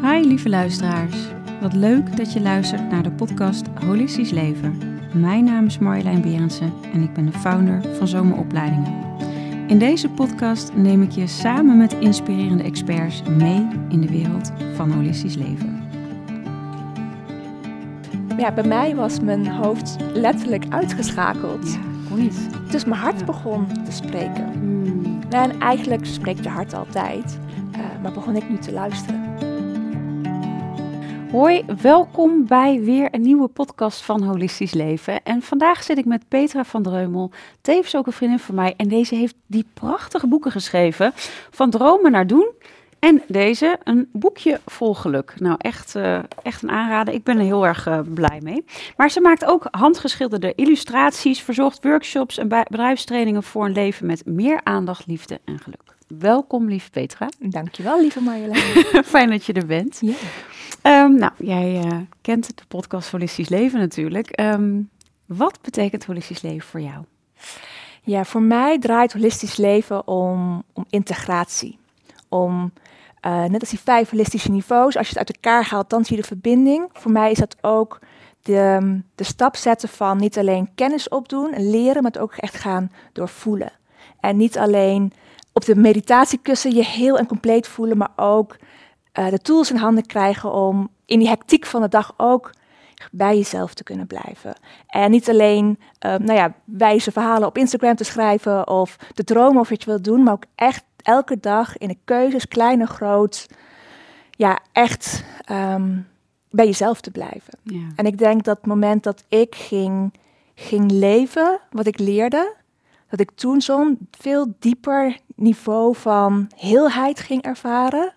Hi lieve luisteraars, wat leuk dat je luistert naar de podcast Holistisch Leven. Mijn naam is Marjolein Berendsen en ik ben de founder van Zomeropleidingen. In deze podcast neem ik je samen met inspirerende experts mee in de wereld van holistisch leven. Ja, bij mij was mijn hoofd letterlijk uitgeschakeld. Ja, kon niet. Dus mijn hart begon te spreken. En eigenlijk spreekt je hart altijd, maar begon ik nu te luisteren. Hoi, welkom bij weer een nieuwe podcast van Holistisch Leven. En vandaag zit ik met Petra van Dreumel, tevens ook een vriendin van mij. En deze heeft die prachtige boeken geschreven, Van Dromen naar Doen. En deze, een boekje vol geluk. Nou, echt een aanrader. Ik ben er heel erg blij mee. Maar ze maakt ook handgeschilderde illustraties, verzorgt workshops en bedrijfstrainingen voor een leven met meer aandacht, liefde en geluk. Welkom, lieve Petra. Dankjewel, lieve Marjolein. Fijn dat je er bent. Ja. Nou, jij kent de podcast Holistisch Leven natuurlijk. Wat betekent holistisch leven voor jou? Ja, voor mij draait holistisch leven om integratie. Net als die 5 holistische niveaus, als je het uit elkaar haalt, dan zie je de verbinding. Voor mij is dat ook de stap zetten van niet alleen kennis opdoen en leren, maar het ook echt gaan doorvoelen. En niet alleen op de meditatiekussen je heel en compleet voelen, maar ook de tools in handen krijgen om in die hectiek van de dag ook bij jezelf te kunnen blijven. En niet alleen wijze verhalen op Instagram te schrijven of te dromen of wat je wilt doen, maar ook echt elke dag in de keuzes, klein en groot, echt bij jezelf te blijven. Ja. En ik denk dat het moment dat ik ging leven, wat ik leerde, dat ik toen zo'n veel dieper niveau van heelheid ging ervaren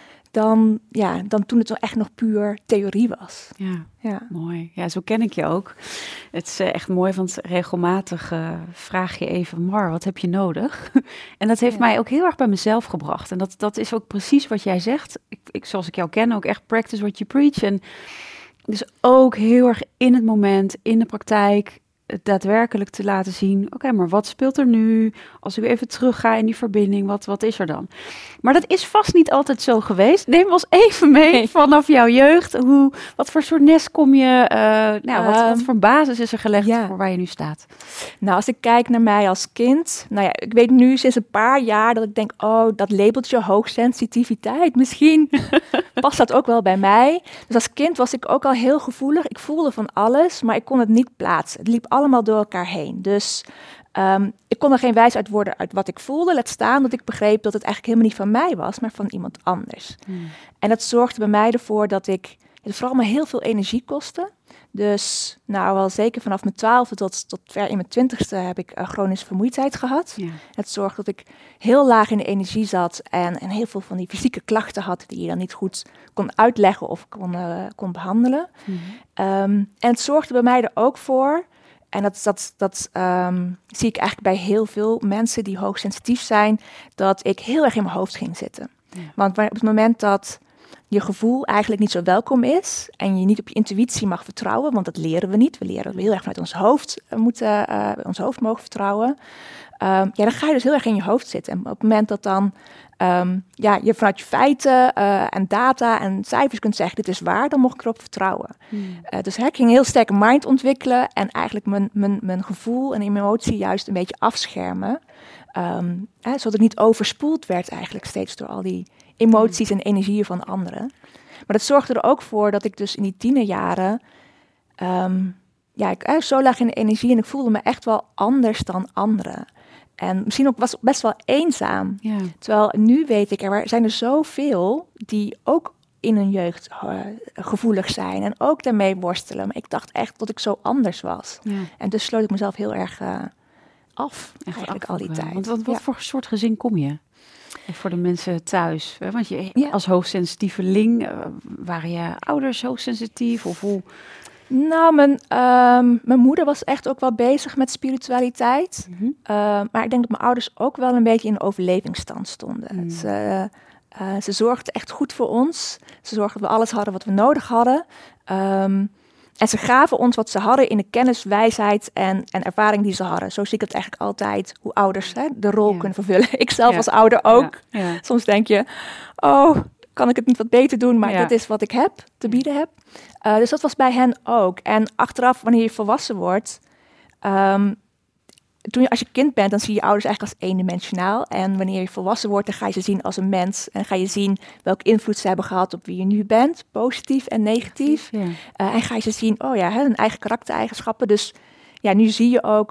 dan toen het echt nog puur theorie was. Ja, mooi. Ja, zo ken ik je ook. Het is echt mooi, want regelmatig vraag je even, Mar, wat heb je nodig? En dat heeft mij ook heel erg bij mezelf gebracht. En dat is ook precies wat jij zegt. Ik, zoals ik jou ken, ook echt practice what you preach. En dus ook heel erg in het moment, in de praktijk, het daadwerkelijk te laten zien, oké, maar wat speelt er nu? Als ik even terug ga in die verbinding, wat is er dan? Maar dat is vast niet altijd zo geweest. Neem ons even mee vanaf jouw jeugd. Wat voor soort nest kom je? Wat voor basis is er gelegd voor waar je nu staat? Nou, als ik kijk naar mij als kind, ik weet nu sinds een paar jaar dat ik denk, dat labeltje hoogsensitiviteit, misschien past dat ook wel bij mij. Dus als kind was ik ook al heel gevoelig. Ik voelde van alles, maar ik kon het niet plaatsen. Het liep allemaal door elkaar heen. Dus ik kon er geen wijs uit worden uit wat ik voelde. Laat staan dat ik begreep dat het eigenlijk helemaal niet van mij was, maar van iemand anders. En dat zorgde bij mij ervoor dat het vooral me heel veel energie kostte. Dus wel zeker vanaf mijn 12e tot ver in mijn 20e heb ik chronische vermoeidheid gehad. Ja. Het zorgde dat ik heel laag in de energie zat en heel veel van die fysieke klachten had die je dan niet goed kon uitleggen of kon behandelen. En het zorgde bij mij er ook voor, en dat zie ik eigenlijk bij heel veel mensen die hoogsensitief zijn, dat ik heel erg in mijn hoofd ging zitten. Ja. Want op het moment dat je gevoel eigenlijk niet zo welkom is en je niet op je intuïtie mag vertrouwen, want dat leren we niet. We leren heel erg vanuit ons hoofd, ons hoofd mogen vertrouwen. Dan ga je dus heel erg in je hoofd zitten. En op het moment dat dan je vanuit je feiten en data en cijfers kunt zeggen, dit is waar, dan mocht ik erop vertrouwen. Dus ik ging een heel sterke mind ontwikkelen en eigenlijk mijn gevoel en emotie juist een beetje afschermen. Zodat ik niet overspoeld werd eigenlijk steeds door al die emoties en energieën van anderen. Maar dat zorgde er ook voor dat ik dus in die tienerjaren ik zo lag in de energie en ik voelde me echt wel anders dan anderen. En misschien ook was ik best wel eenzaam. Ja. Terwijl nu weet ik, er zijn er zoveel die ook in hun jeugd gevoelig zijn en ook daarmee worstelen. Maar ik dacht echt dat ik zo anders was. Ja. En dus sloot ik mezelf heel erg af, eigenlijk al die tijd. Want wat voor soort gezin kom je? En voor de mensen thuis. Hè? Want je als hoogsensitieveling, waren je ouders hoogsensitief of hoe? Nou, mijn moeder was echt ook wel bezig met spiritualiteit. Maar ik denk dat mijn ouders ook wel een beetje in de overlevingsstand stonden. Ze zorgden echt goed voor ons. Ze zorgden dat we alles hadden wat we nodig hadden. En ze gaven ons wat ze hadden in de kennis, wijsheid en ervaring die ze hadden. Zo zie ik het eigenlijk altijd, hoe ouders de rol kunnen vervullen. Ik zelf als ouder ook. Ja. Soms denk je, kan ik het niet wat beter doen, maar dit is wat ik heb, te bieden heb. Dus dat was bij hen ook. En achteraf, wanneer je volwassen wordt, als je kind bent, dan zie je ouders eigenlijk als eendimensionaal. En wanneer je volwassen wordt, dan ga je ze zien als een mens. En ga je zien welke invloed ze hebben gehad op wie je nu bent, positief en negatief. Ja. En ga je ze zien, hun eigen karaktereigenschappen. Dus nu zie je ook,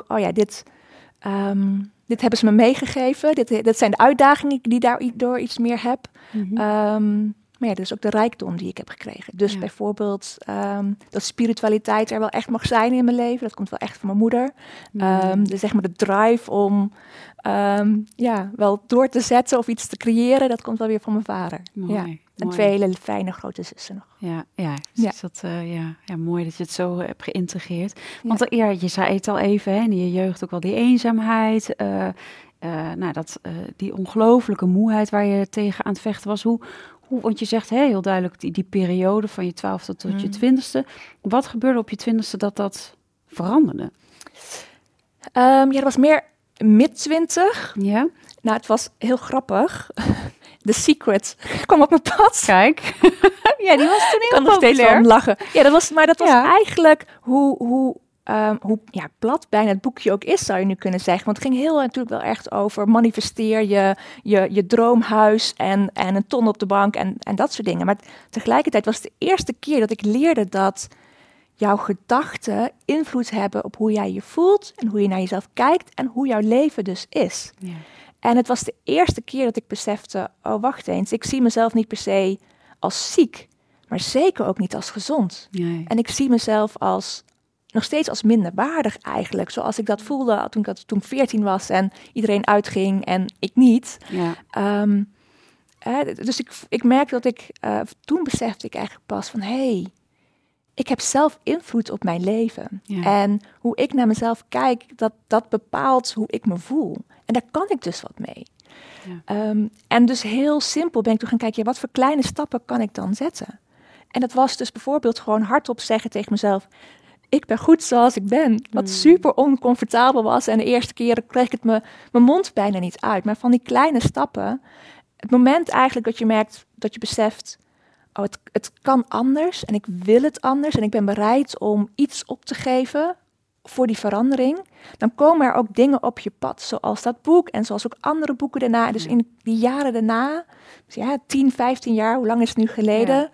dit hebben ze me meegegeven. Dit zijn de uitdagingen die ik daardoor iets meer heb. Mm-hmm. Maar dat is ook de rijkdom die ik heb gekregen. Dus bijvoorbeeld dat spiritualiteit er wel echt mag zijn in mijn leven. Dat komt wel echt van mijn moeder. Dus zeg maar de drive om wel door te zetten of iets te creëren. Dat komt wel weer van mijn vader. Mooi. En 2 hele fijne grote zussen nog. Dus dat, mooi dat je het zo hebt geïntegreerd. Want je zei het al even, hè, in je jeugd ook wel die eenzaamheid. Die ongelooflijke moeheid waar je tegen aan het vechten was. Want je zegt heel duidelijk die periode van je 12e tot je 20e. Wat gebeurde op je 20e dat veranderde? Dat was meer mid-20. Ja. Nou, het was heel grappig. The Secret kwam op mijn pad. Kijk. Die was toen heel populair. Ik kan nog steeds wel lachen. Ja, dat was eigenlijk hoe plat bijna het boekje ook is, zou je nu kunnen zeggen. Want het ging heel natuurlijk wel echt over manifesteer je droomhuis en een ton op de bank en dat soort dingen. Maar tegelijkertijd was het de eerste keer dat ik leerde dat jouw gedachten invloed hebben op hoe jij je voelt en hoe je naar jezelf kijkt en hoe jouw leven dus is. Ja. En het was de eerste keer dat ik besefte, wacht eens, ik zie mezelf niet per se als ziek, maar zeker ook niet als gezond. Nee. En ik zie mezelf nog steeds als minderwaardig eigenlijk. Zoals ik dat voelde toen ik 14 was en iedereen uitging en ik niet. Ja. Dus ik merkte dat toen besefte ik eigenlijk pas van ik heb zelf invloed op mijn leven. Ja. En hoe ik naar mezelf kijk, dat bepaalt hoe ik me voel. En daar kan ik dus wat mee. Ja. En dus heel simpel ben ik toen gaan kijken, wat voor kleine stappen kan ik dan zetten? En dat was dus bijvoorbeeld gewoon hardop zeggen tegen mezelf, ik ben goed zoals ik ben. Wat super oncomfortabel was. En de eerste keren kreeg ik mijn mond bijna niet uit. Maar van die kleine stappen, het moment eigenlijk dat je merkt, dat je beseft, het kan anders en ik wil het anders en ik ben bereid om iets op te geven voor die verandering, dan komen er ook dingen op je pad, zoals dat boek en zoals ook andere boeken daarna. Dus in die jaren daarna, 10, 15 jaar, hoe lang is het nu geleden,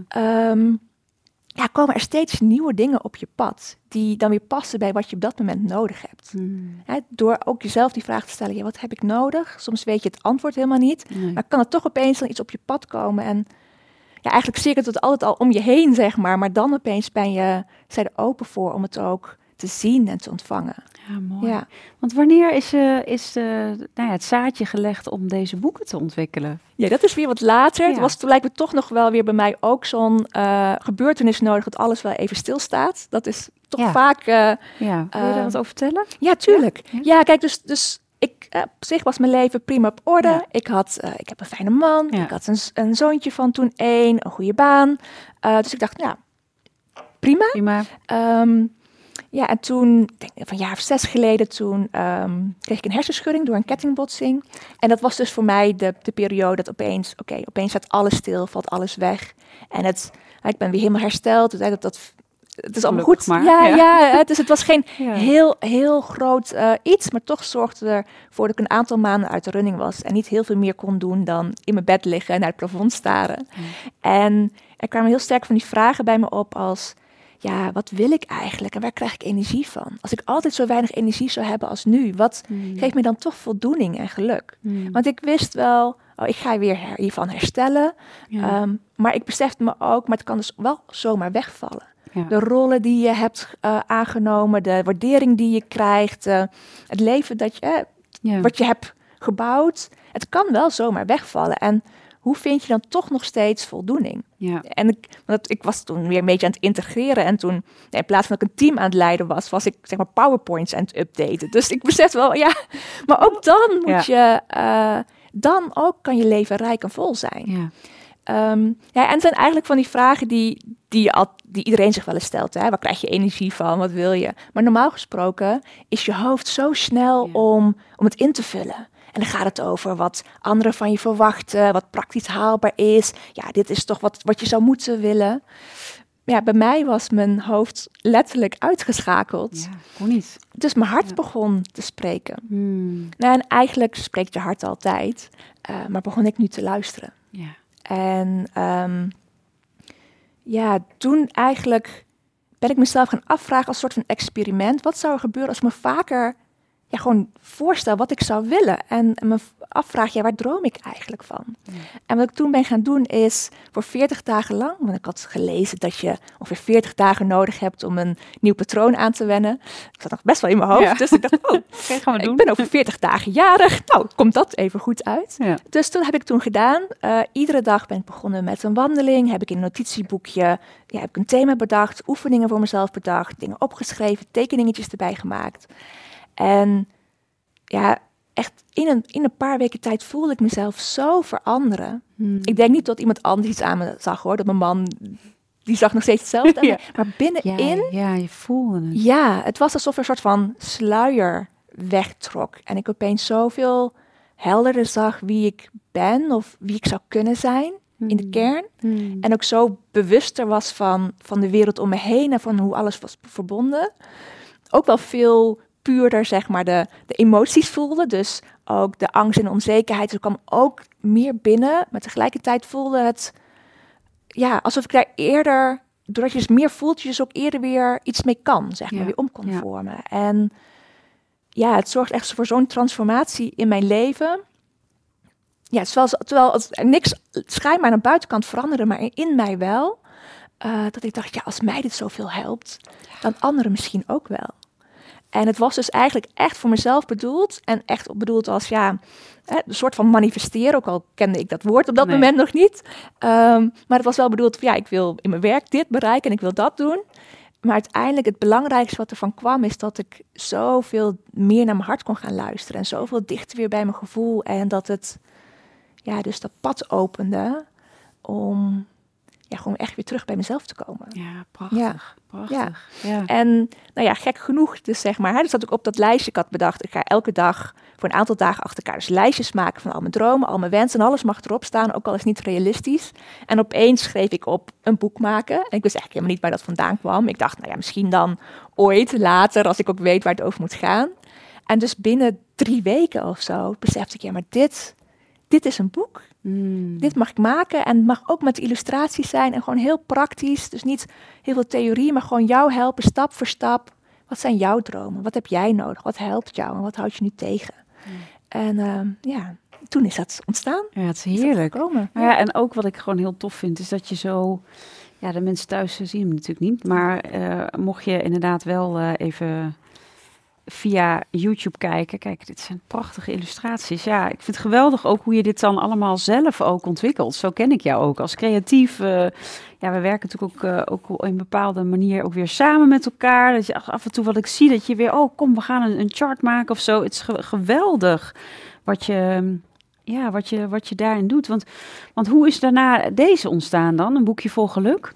komen er steeds nieuwe dingen op je pad die dan weer passen bij wat je op dat moment nodig hebt. Door ook jezelf die vraag te stellen, wat heb ik nodig? Soms weet je het antwoord helemaal niet, maar kan er toch opeens dan iets op je pad komen en eigenlijk cirkelt het altijd al om je heen, zeg maar dan opeens zij er open voor om het ook te zien en te ontvangen. Ja, mooi. Ja. Want wanneer is het zaadje gelegd om deze boeken te ontwikkelen? Ja, dat is weer wat later. Ja. Het was toen lijkt me toch nog wel weer bij mij ook zo'n gebeurtenis nodig dat alles wel even stilstaat. Dat is toch vaak... Wil je daar wat over vertellen? Ja, tuurlijk. Ja, kijk, dus ik, op zich was mijn leven prima op orde. Ja. Ik heb een fijne man. Ja. Ik had een zoontje van toen 1, een goede baan. Dus ik dacht, prima. En toen, denk ik, van een jaar of 6 geleden, toen kreeg ik een hersenschudding door een kettingbotsing. En dat was dus voor mij de periode dat opeens staat alles stil, valt alles weg. En ik ben weer helemaal hersteld. Dus het is allemaal goed. Maar, dus het was geen heel groot iets, maar toch zorgde ervoor dat ik een aantal maanden uit de running was en niet heel veel meer kon doen dan in mijn bed liggen en naar het plafond staren. En er kwamen heel sterk van die vragen bij me op als, wat wil ik eigenlijk en waar krijg ik energie van? Als ik altijd zo weinig energie zou hebben als nu, wat geeft me dan toch voldoening en geluk? Want ik wist wel, ik ga weer hiervan herstellen, maar ik besefte me ook, maar het kan dus wel zomaar wegvallen. Ja. De rollen die je hebt aangenomen, de waardering die je krijgt, het leven wat je hebt gebouwd. Het kan wel zomaar wegvallen. En hoe vind je dan toch nog steeds voldoening? Ja. En ik was toen weer een beetje aan het integreren. En toen, in plaats van dat ik een team aan het leiden was ik zeg maar PowerPoints aan het updaten. Dus ik besef wel, maar ook dan moet je, dan ook kan je leven rijk en vol zijn. Ja. En het zijn eigenlijk van die vragen die iedereen zich wel eens stelt. Hè? Waar krijg je energie van? Wat wil je? Maar normaal gesproken is je hoofd zo snel om het in te vullen. En dan gaat het over wat anderen van je verwachten, wat praktisch haalbaar is. Ja, dit is toch wat je zou moeten willen. Ja, bij mij was mijn hoofd letterlijk uitgeschakeld. Ja, kon niet. Dus mijn hart begon te spreken. Nou, en eigenlijk spreekt je hart altijd, maar begon ik nu te luisteren. Ja. En toen eigenlijk ben ik mezelf gaan afvragen als een soort van experiment. Wat zou er gebeuren als ik me vaker gewoon voorstel wat ik zou willen? En me afvraag, waar droom ik eigenlijk van? Ja. En wat ik toen ben gaan doen is voor 40 dagen lang, want ik had gelezen dat je ongeveer 40 dagen nodig hebt om een nieuw patroon aan te wennen. Dat zat nog best wel in mijn hoofd, Ja. dus ik dacht, gaan we doen. Ik ben over 40 dagen jarig. Nou, komt dat even goed uit. Ja. Dus toen heb ik gedaan. Iedere dag ben ik begonnen met een wandeling. Heb ik in een notitieboekje heb ik een thema bedacht, oefeningen voor mezelf bedacht, dingen opgeschreven, tekeningetjes erbij gemaakt. En echt in een paar weken tijd voelde ik mezelf zo veranderen. Ik denk niet dat iemand anders iets aan me zag, hoor. Dat mijn man, die zag nog steeds hetzelfde aan me. Maar binnenin... Ja, je voelde het. Ja, het was alsof er een soort van sluier wegtrok. En ik opeens zoveel helderder zag wie ik ben of wie ik zou kunnen zijn in de kern. En ook zo bewuster was van de wereld om me heen en van hoe alles was verbonden. Ook wel veel puurder, zeg maar, de emoties voelde. Dus ook de angst en onzekerheid. Er kwam ook meer binnen. Maar tegelijkertijd voelde het... Ja, alsof ik daar eerder... Doordat je dus meer voelt, je dus ook eerder weer iets mee kan, zeg maar. Weer om kon vormen. En ja, het zorgt echt voor zo'n transformatie in mijn leven. Ja, terwijl niks schijnbaar aan de buitenkant veranderde, maar in mij wel. Dat ik dacht, als mij dit zoveel helpt, dan anderen misschien ook wel. En het was dus eigenlijk echt voor mezelf bedoeld. En echt bedoeld als, een soort van manifesteren. Ook al kende ik dat woord op dat moment nog niet. Maar het was wel bedoeld van, ik wil in mijn werk dit bereiken en ik wil dat doen. Maar uiteindelijk het belangrijkste wat ervan kwam, is dat ik zoveel meer naar mijn hart kon gaan luisteren. En zoveel dichter weer bij mijn gevoel. En dat het, dus dat pad opende om... gewoon echt weer terug bij mezelf te komen. Ja, prachtig. Prachtig. Ja. En gek genoeg, dus zeg maar, dus dat ik op dat lijstje, ik had bedacht, ik ga elke dag voor een aantal dagen achter elkaar dus lijstjes maken van al mijn dromen, al mijn wensen en alles mag erop staan, ook al is het niet realistisch. En opeens schreef ik op een boek maken. En ik wist eigenlijk helemaal niet waar dat vandaan kwam. Ik dacht, misschien dan ooit, later, als ik ook weet waar het over moet gaan. En dus binnen 3 weken of zo besefte ik, maar dit is een boek. Dit mag ik maken en het mag ook met illustraties zijn en gewoon heel praktisch. Dus niet heel veel theorie, maar gewoon jou helpen stap voor stap. Wat zijn jouw dromen? Wat heb jij nodig? Wat helpt jou en wat houdt je nu tegen? En toen is dat ontstaan. Ja, het is heerlijk. Ja. En ook wat ik gewoon heel tof vind, is dat je zo... Ja, de mensen thuis zien hem natuurlijk niet. Maar mocht je inderdaad wel even... via YouTube kijken. Kijk, dit zijn prachtige illustraties. Ja, ik vind het geweldig ook hoe je dit dan allemaal zelf ook ontwikkelt. Zo ken ik jou ook als creatief. We werken natuurlijk ook in een bepaalde manier ook weer samen met elkaar. Dat je af en toe wat ik zie, dat je weer... kom, we gaan een chart maken of zo. Het is geweldig wat je daarin doet. Want hoe is daarna deze ontstaan dan? Een boekje vol geluk?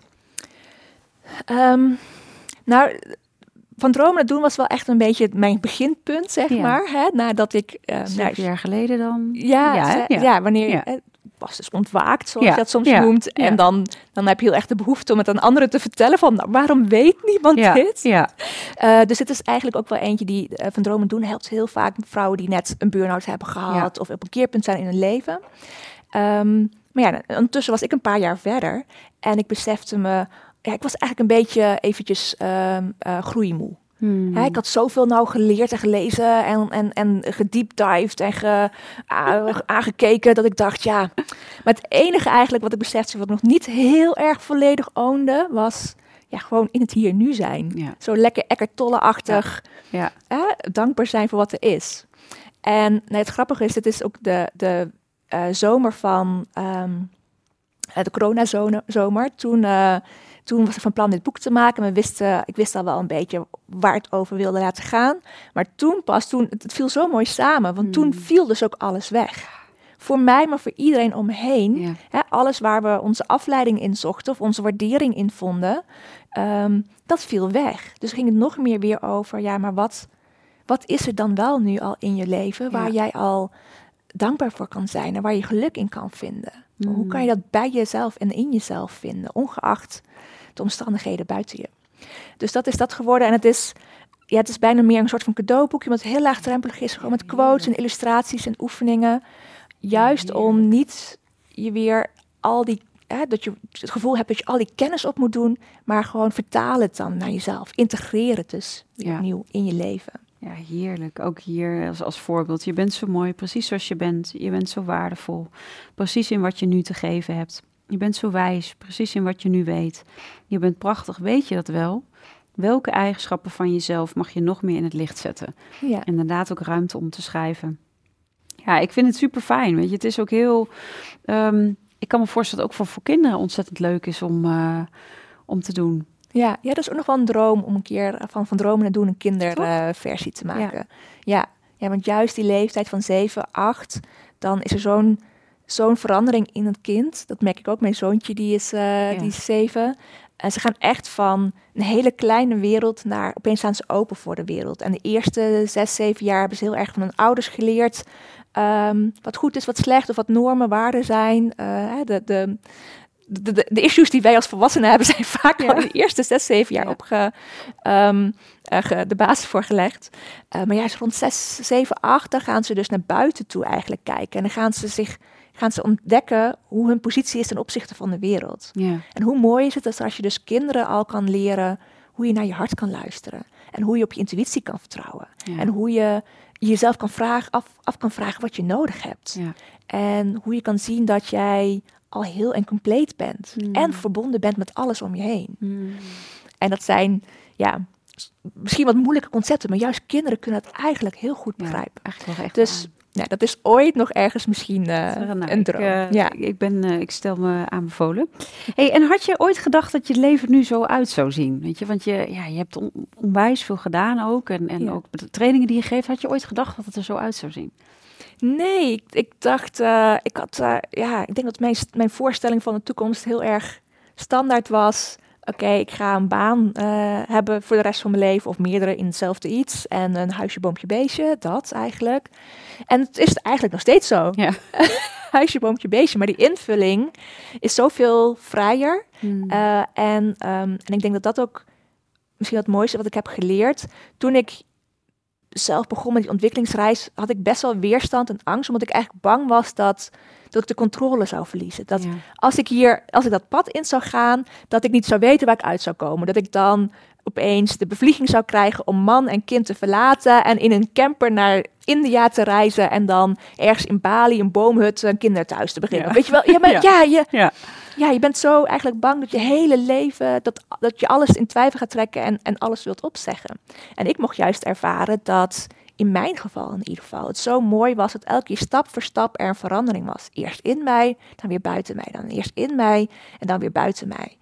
Van dromen naar doen was wel echt een beetje mijn beginpunt, zeg maar. Hè? Nadat ik... 7 jaar geleden dan? Wanneer je was dus ontwaakt, zoals je dat soms noemt. Ja. En dan heb je heel erg de behoefte om het aan anderen te vertellen van... waarom weet niemand dit? Ja. Dus het is eigenlijk ook wel eentje die van dromen doen helpt heel vaak vrouwen die net een burn-out hebben gehad... of op een keerpunt zijn in hun leven. Maar ondertussen was ik een paar jaar verder en ik besefte me... ik was eigenlijk een beetje eventjes groeimoe. Ik had zoveel geleerd en gelezen en gediepdived en aangekeken dat ik dacht, maar het enige eigenlijk wat ik besefte, wat ik nog niet heel erg volledig ownde, was gewoon in het hier nu zijn. Ja. Zo lekker Eckhart Tolle-achtig. Ja. Dankbaar zijn voor wat er is. En het grappige is, het is ook de zomer van de coronazomer. Toen was ik van plan dit boek te maken. Ik wist al wel een beetje waar het over wilde laten gaan. Maar toen het viel zo mooi samen. Want toen viel dus ook alles weg. Voor mij, maar voor iedereen om me heen. Ja. Hè, alles waar we onze afleiding in zochten of onze waardering in vonden. Dat viel weg. Dus ging het nog meer weer over, maar wat is er dan wel nu al in je leven? Waar jij al dankbaar voor kan zijn en waar je geluk in kan vinden. Hoe kan je dat bij jezelf en in jezelf vinden, ongeacht de omstandigheden buiten je. Dus dat is dat geworden en het is bijna meer een soort van cadeauboekje, wat heel laagdrempelig is, gewoon met quotes en illustraties en oefeningen. Juist om niet je weer dat je het gevoel hebt dat je al die kennis op moet doen, maar gewoon vertaal het dan naar jezelf. Integraar het dus weer opnieuw in je leven. Ja, heerlijk. Ook hier als voorbeeld. Je bent zo mooi, precies zoals je bent. Je bent zo waardevol. Precies in wat je nu te geven hebt. Je bent zo wijs, precies in wat je nu weet. Je bent prachtig, weet je dat wel? Welke eigenschappen van jezelf mag je nog meer in het licht zetten? Ja. Inderdaad ook ruimte om te schrijven. Ja, ik vind het super fijn. Weet je, het is ook heel... ik kan me voorstellen dat het ook voor kinderen ontzettend leuk is om te doen. Ja, dat is ook nog wel een droom om een keer van dromen naar doen een kinderversie te maken. Ja, want juist die leeftijd van 7, 8, dan is er zo'n verandering in het kind. Dat merk ik ook. Mijn zoontje, die is 7. En ze gaan echt van een hele kleine wereld naar... Opeens staan ze open voor de wereld. En de eerste 6, 7 jaar hebben ze heel erg van hun ouders geleerd... wat goed is, wat slecht of wat normen, waarden zijn. De issues die wij als volwassenen hebben... zijn vaak al in de eerste 6, 7 jaar de basis voor gelegd. Maar juist rond 6, 7, 8... dan gaan ze dus naar buiten toe eigenlijk kijken. En dan gaan ze ontdekken hoe hun positie is ten opzichte van de wereld. Ja. En hoe mooi is het als je dus kinderen al kan leren hoe je naar je hart kan luisteren. En hoe je op je intuïtie kan vertrouwen. Ja. En hoe je jezelf kan af kan vragen wat je nodig hebt. Ja. En hoe je kan zien dat jij al heel en compleet bent. En verbonden bent met alles om je heen. En dat zijn, misschien wat moeilijke concepten. Maar juist kinderen kunnen het eigenlijk heel goed begrijpen. Eigenlijk wel echt dus dat is ooit nog ergens misschien een droom. Ik stel me aanbevolen. Hey, en had je ooit gedacht dat je het leven nu zo uit zou zien? Weet je, want je hebt onwijs veel gedaan ook. En ook de trainingen die je geeft. Had je ooit gedacht dat het er zo uit zou zien? Nee, ik dacht, ik denk dat mijn voorstelling van de toekomst heel erg standaard was. Oké, ik ga een baan hebben voor de rest van mijn leven of meerdere in hetzelfde iets. En een huisje, boompje, beestje, dat eigenlijk. En het is eigenlijk nog steeds zo. Ja. Huisje, boompje, beestje. Maar die invulling is zoveel vrijer. En ik denk dat dat ook misschien het mooiste wat ik heb geleerd. Toen ik zelf begon met die ontwikkelingsreis, had ik best wel weerstand en angst, omdat ik eigenlijk bang was dat ik de controle zou verliezen. Dat als ik dat pad in zou gaan, dat ik niet zou weten waar ik uit zou komen. Dat ik dan opeens de bevlieging zou krijgen om man en kind te verlaten en in een camper naar India te reizen en dan ergens in Bali een boomhut een kinderthuis te beginnen. Ja. Weet je wel? Je bent zo eigenlijk bang dat je hele leven, dat je alles in twijfel gaat trekken en alles wilt opzeggen. En ik mocht juist ervaren dat, in mijn geval in ieder geval, het zo mooi was dat elke keer stap voor stap er een verandering was. Eerst in mij, dan weer buiten mij. Dan eerst in mij en dan weer buiten mij.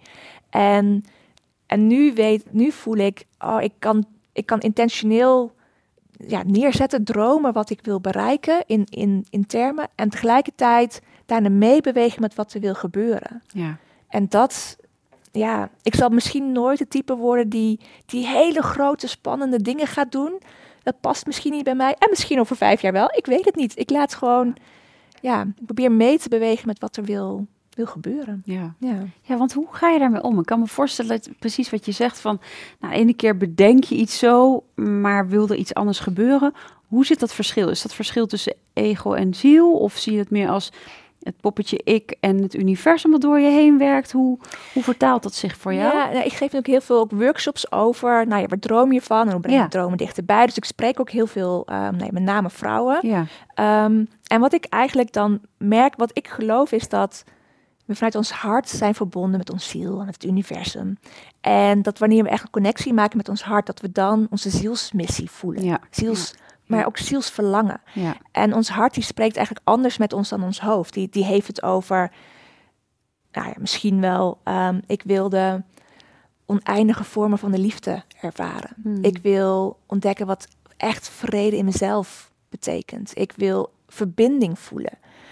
En nu voel ik, ik kan intentioneel neerzetten, dromen wat ik wil bereiken in termen. En tegelijkertijd daarna meebewegen met wat er wil gebeuren. Ja. En dat, ik zal misschien nooit het type worden die hele grote, spannende dingen gaat doen. Dat past misschien niet bij mij. En misschien over 5 jaar wel. Ik weet het niet. Ik laat gewoon, ik probeer mee te bewegen met wat er wil gebeuren. Ja, want hoe ga je daarmee om? Ik kan me voorstellen dat precies wat je zegt van, de ene keer bedenk je iets zo, maar wil er iets anders gebeuren? Hoe zit dat verschil? Is dat verschil tussen ego en ziel? Of zie je het meer als het poppetje ik en het universum wat door je heen werkt? Hoe vertaalt dat zich voor jou? Ja, ik geef natuurlijk heel veel ook workshops over, waar droom je van en hoe breng je dromen dichterbij. Dus ik spreek ook heel veel, met name vrouwen. Ja. En wat ik eigenlijk dan merk, wat ik geloof is dat we vanuit ons hart zijn verbonden met ons ziel en met het universum. En dat wanneer we echt een connectie maken met ons hart, dat we dan onze zielsmissie voelen. Ja. Maar ook zielsverlangen. Ja. En ons hart die spreekt eigenlijk anders met ons dan ons hoofd. Die heeft het over, misschien wel, ik wil de oneindige vormen van de liefde ervaren. Ik wil ontdekken wat echt vrede in mezelf betekent. Ik wil verbinding voelen.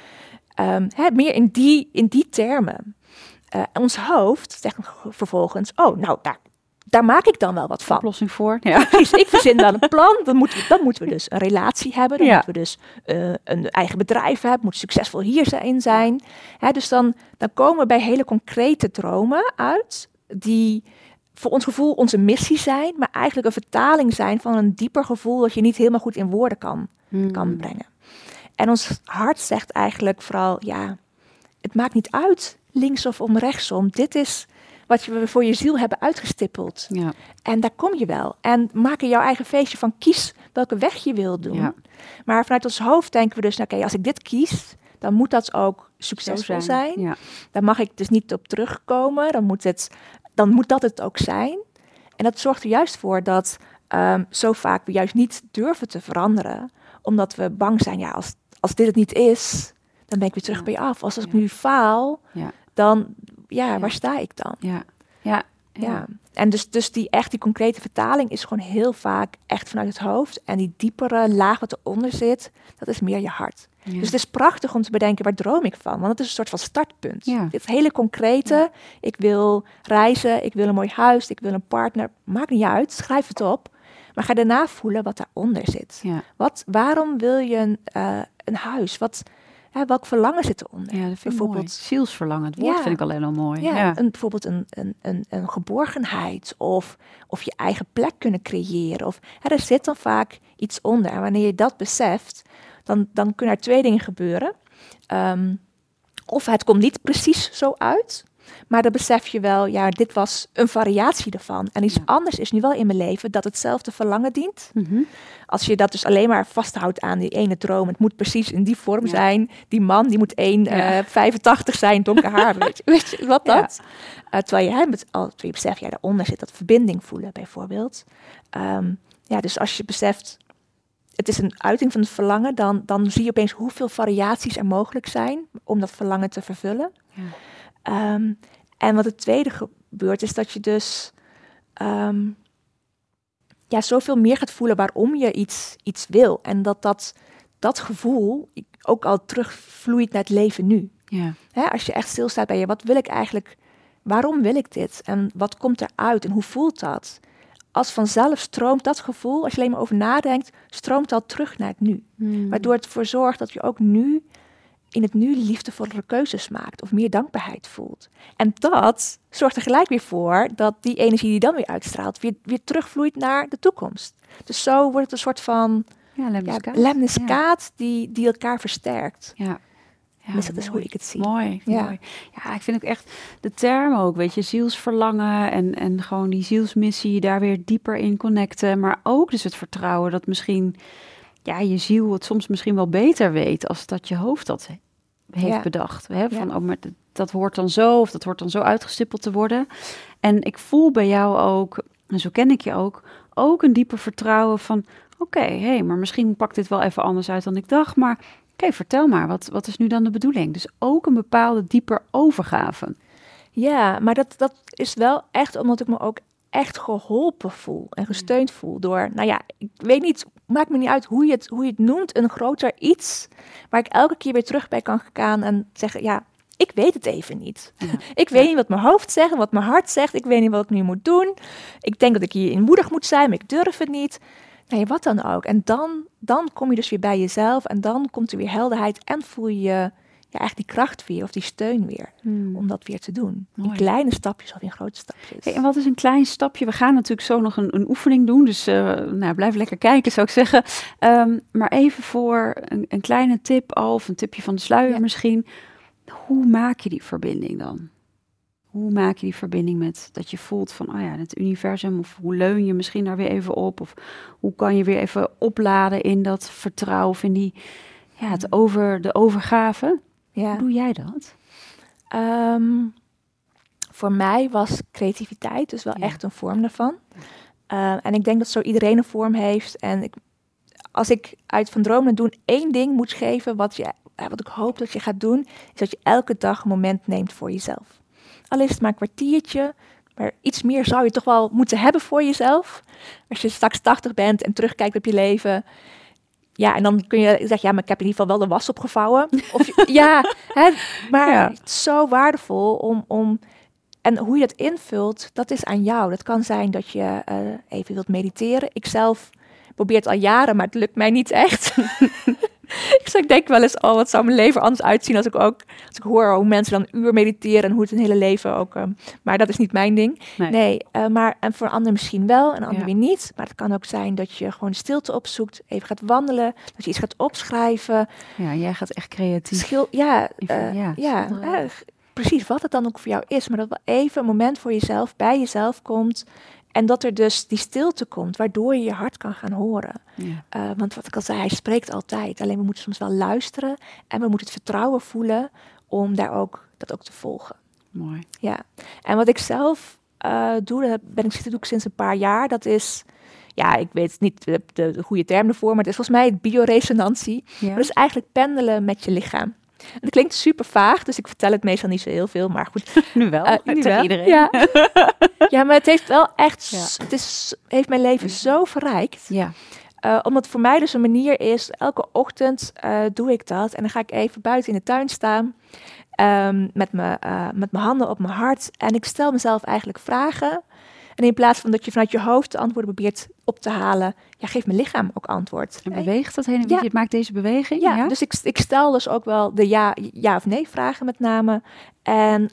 Meer in die termen. Ons hoofd zegt vervolgens, daar maak ik dan wel wat van. Oplossing voor. Ja. Precies, ik verzin dan een plan. Dan moeten we dus een relatie hebben. Dan moeten we dus een eigen bedrijf hebben. Moet succesvol hier zijn. Dus dan komen we bij hele concrete dromen uit. Die voor ons gevoel onze missie zijn. Maar eigenlijk een vertaling zijn van een dieper gevoel. Dat je niet helemaal goed in woorden kan brengen. En ons hart zegt eigenlijk vooral, het maakt niet uit links of rechtsom. Dit is wat we voor je ziel hebben uitgestippeld. Ja. En daar kom je wel. En maak er jouw eigen feestje van. Kies welke weg je wil doen. Ja. Maar vanuit ons hoofd denken we dus, oké, als ik dit kies, dan moet dat ook succesvol zijn. Ja. Daar mag ik dus niet op terugkomen. Dan moet dat het ook zijn. En dat zorgt er juist voor dat zo vaak we juist niet durven te veranderen. Omdat we bang zijn, als dit het niet is, dan ben ik weer terug bij je af. Als ik nu faal, dan, waar sta ik dan? Ja. En dus die concrete vertaling is gewoon heel vaak echt vanuit het hoofd. En die diepere laag wat eronder zit, dat is meer je hart. Ja. Dus het is prachtig om te bedenken, waar droom ik van? Want het is een soort van startpunt. Ja. Dit hele concrete, ik wil reizen, ik wil een mooi huis, ik wil een partner. Maakt niet uit, schrijf het op. Maar ga daarna voelen wat daaronder zit. Ja. Waarom wil je een huis? Welk verlangen zit eronder? Ja, dat vind ik mooi. Zielsverlangen, het woord vind ik alleen al mooi. Ja. Bijvoorbeeld een geborgenheid of je eigen plek kunnen creëren. Er zit dan vaak iets onder. En wanneer je dat beseft, dan kunnen er 2 dingen gebeuren. Of het komt niet precies zo uit, maar dan besef je wel, dit was een variatie ervan. En iets anders is nu wel in mijn leven dat hetzelfde verlangen dient. Mm-hmm. Als je dat dus alleen maar vasthoudt aan die ene droom, het moet precies in die vorm zijn. Die man, die moet 1,85 zijn, donker haar. Weet je wat dat? Terwijl je beseft, daaronder zit dat verbinding voelen bijvoorbeeld. Dus als je beseft, het is een uiting van het verlangen, dan zie je opeens hoeveel variaties er mogelijk zijn om dat verlangen te vervullen. Ja. En wat het tweede gebeurt, is dat je dus zoveel meer gaat voelen waarom je iets wil. En dat gevoel ook al terugvloeit naar het leven nu. Ja. Als je echt stilstaat bij wat wil ik eigenlijk, waarom wil ik dit? En wat komt eruit en hoe voelt dat? Als vanzelf stroomt dat gevoel, als je alleen maar over nadenkt, stroomt dat terug naar het nu. Waardoor het ervoor zorgt dat je ook nu in het nu liefdevollere keuzes maakt of meer dankbaarheid voelt. En dat zorgt er gelijk weer voor dat die energie die dan weer uitstraalt weer terugvloeit naar de toekomst. Dus zo wordt het een soort van lemniskaat die elkaar versterkt. Ja. Ja, dus dat is hoe ik het zie. Mooi. Ja, ik vind ook echt de term ook, weet je, zielsverlangen en gewoon die zielsmissie, daar weer dieper in connecten. Maar ook dus het vertrouwen dat misschien je ziel het soms misschien wel beter weet als dat je hoofd dat heeft bedacht. Hè? Van, maar dat hoort dan zo of dat hoort dan zo uitgestippeld te worden. En ik voel bij jou ook, en zo ken ik je ook een dieper vertrouwen van oké, maar misschien pakt dit wel even anders uit dan ik dacht, maar oké, vertel maar, wat is nu dan de bedoeling? Dus ook een bepaalde dieper overgave. Ja, maar dat is wel echt omdat ik me ook echt geholpen voel en gesteund voel door, ik weet niet, maakt me niet uit hoe je het noemt, een groter iets, waar ik elke keer weer terug bij kan gaan en zeggen, ik weet het even niet. Ja. Ik weet niet wat mijn hoofd zegt, wat mijn hart zegt, ik weet niet wat ik nu moet doen. Ik denk dat ik hier moedig moet zijn, maar ik durf het niet. Wat dan ook. En dan kom je dus weer bij jezelf en dan komt er weer helderheid en voel je echt die kracht weer of die steun weer om dat weer te doen. Mooi. In kleine stapjes of in grote stapjes. Hey, en wat is een klein stapje? We gaan natuurlijk zo nog een oefening doen, dus blijf lekker kijken zou ik zeggen. Maar even voor een kleine tip of een tipje van de sluier misschien. Hoe maak je die verbinding dan? Hoe maak je die verbinding met dat je voelt van, het universum, of hoe leun je misschien daar weer even op, of hoe kan je weer even opladen in dat vertrouwen of in die, de overgave? Ja. Hoe doe jij dat? Voor mij was creativiteit dus wel echt een vorm daarvan. En ik denk dat zo iedereen een vorm heeft. En als ik uit Van Dromen naar Doen 1 ding moet geven, wat ik hoop dat je gaat doen, is dat je elke dag een moment neemt voor jezelf. Al is het maar een kwartiertje, maar iets meer zou je toch wel moeten hebben voor jezelf. Als je straks 80 bent en terugkijkt op je leven. Ja, en dan kun je zeggen, maar ik heb in ieder geval wel de was opgevouwen. Of, maar het is zo waardevol om En hoe je dat invult, dat is aan jou. Dat kan zijn dat je even wilt mediteren. Ik zelf probeer het al jaren, maar het lukt mij niet echt. Ik denk wel eens, wat zou mijn leven anders uitzien als ik hoor hoe mensen dan een uur mediteren en hoe het hun hele leven ook... maar dat is niet mijn ding. Nee, maar en voor anderen misschien wel en anderen weer niet. Maar het kan ook zijn dat je gewoon stilte opzoekt, even gaat wandelen, dat je iets gaat opschrijven. Ja, jij gaat echt creatief. Precies, wat het dan ook voor jou is. Maar dat wel even een moment voor jezelf, bij jezelf komt. En dat er dus die stilte komt, waardoor je je hart kan gaan horen. Ja. Want wat ik al zei, hij spreekt altijd. Alleen we moeten soms wel luisteren. En we moeten het vertrouwen voelen om dat ook te volgen. Mooi. Ja. En wat ik zelf doe, doe ik sinds een paar jaar. Dat is, ik weet niet de goede term ervoor, maar het is volgens mij bioresonantie. Ja. Dat is eigenlijk pendelen met je lichaam. En dat klinkt super vaag, dus ik vertel het meestal niet zo heel veel, maar goed. Nu wel, nu wel. Iedereen. Ja. Ja, maar het heeft wel echt, heeft mijn leven zo verrijkt. Ja. Omdat voor mij dus een manier is, elke ochtend doe ik dat. En dan ga ik even buiten in de tuin staan, met mijn handen op mijn hart. En ik stel mezelf eigenlijk vragen. En in plaats van dat je vanuit je hoofd de antwoorden probeert op te halen, geeft mijn lichaam ook antwoord. En beweegt dat heen en weer? Je maakt deze beweging? Ja, dus ik stel dus ook wel de ja of nee vragen met name. En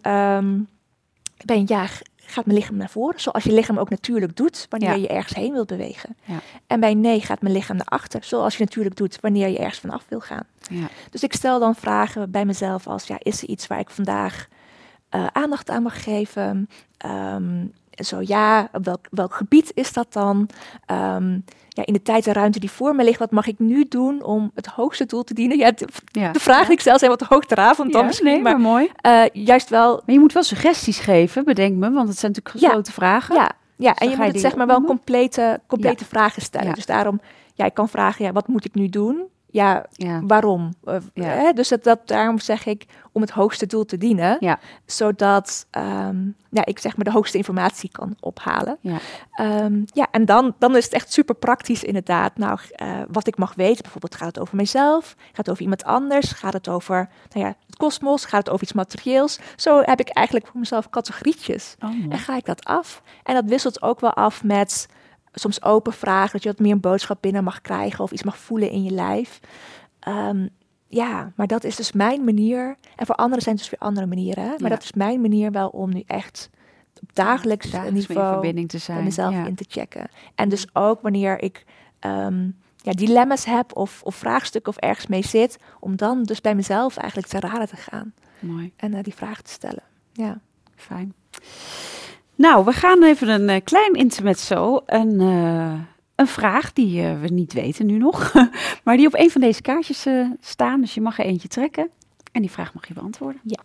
gaat mijn lichaam naar voren, zoals je lichaam ook natuurlijk doet wanneer je ergens heen wilt bewegen. Ja. En bij nee gaat mijn lichaam naar achter, zoals je natuurlijk doet wanneer je ergens vanaf wil gaan. Ja. Dus ik stel dan vragen bij mezelf als, is er iets waar ik vandaag aandacht aan mag geven? Zo welk gebied is dat dan? In de tijd en ruimte die voor me ligt, wat mag ik nu doen om het hoogste doel te dienen? De vraag die ik stel zijn wat hoogdravend dan misschien. Maar mooi. Juist wel. Maar je moet wel suggesties geven, bedenk me, want het zijn natuurlijk gesloten vragen. Ja, dus en je moet het zeg maar wel complete vragen stellen. Ja. Dus daarom, ik kan vragen, wat moet ik nu doen? Waarom? Dus daarom zeg ik om het hoogste doel te dienen, zodat ik zeg maar de hoogste informatie kan ophalen. En dan is het echt super praktisch inderdaad. Nou, wat ik mag weten, bijvoorbeeld gaat het over mezelf, gaat het over iemand anders, gaat het over het kosmos, gaat het over iets materieels. Zo heb ik eigenlijk voor mezelf categorietjes. En ga ik dat af. En dat wisselt ook wel af met soms open vragen, dat je wat meer een boodschap binnen mag krijgen of iets mag voelen in je lijf. Maar dat is dus mijn manier. En voor anderen zijn het dus weer andere manieren. Hè? Maar dat is mijn manier wel om nu echt op dagelijks niveau in verbinding te zijn, mezelf in te checken. En dus ook wanneer ik dilemma's heb of vraagstukken of ergens mee zit, om dan dus bij mezelf eigenlijk te raden te gaan. Mooi. En die vragen te stellen. Ja. Fijn. Nou, we gaan even een klein intermezzo. Een vraag die we niet weten nu nog, maar die op een van deze kaartjes staan. Dus je mag er eentje trekken en die vraag mag je beantwoorden. Ja.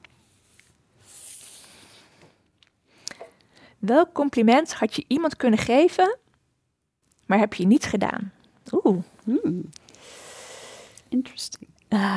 Welk compliment had je iemand kunnen geven, maar heb je niet gedaan? Interesting.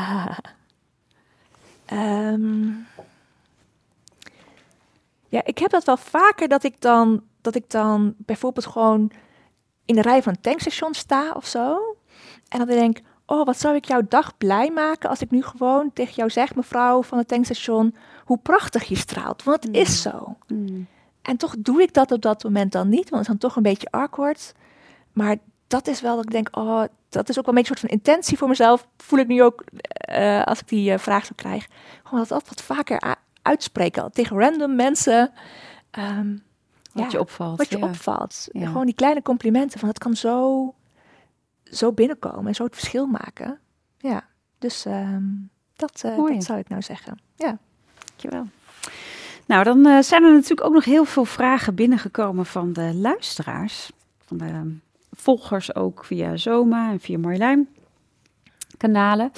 Ik heb dat wel vaker dat ik dan bijvoorbeeld gewoon in de rij van een tankstation sta of zo. En dan denk ik, wat zou ik jouw dag blij maken als ik nu gewoon tegen jou zeg, mevrouw van het tankstation, hoe prachtig je straalt. Want het is zo. En toch doe ik dat op dat moment dan niet, want het is dan toch een beetje awkward. Maar dat is wel dat ik denk, dat is ook wel een beetje een soort van intentie voor mezelf. Voel ik nu ook als ik die vraag zo krijg. Gewoon dat wat vaker uitspreken tegen random mensen. Wat je opvalt. Wat je opvalt. Ja. Gewoon die kleine complimenten. Van dat kan zo binnenkomen en zo het verschil maken. Ja, dus dat zou ik nou zeggen. Ja. Dankjewel. Nou, dan zijn er natuurlijk ook nog heel veel vragen binnengekomen van de luisteraars. Van de volgers ook via Zoma en via Marjolein kanalen.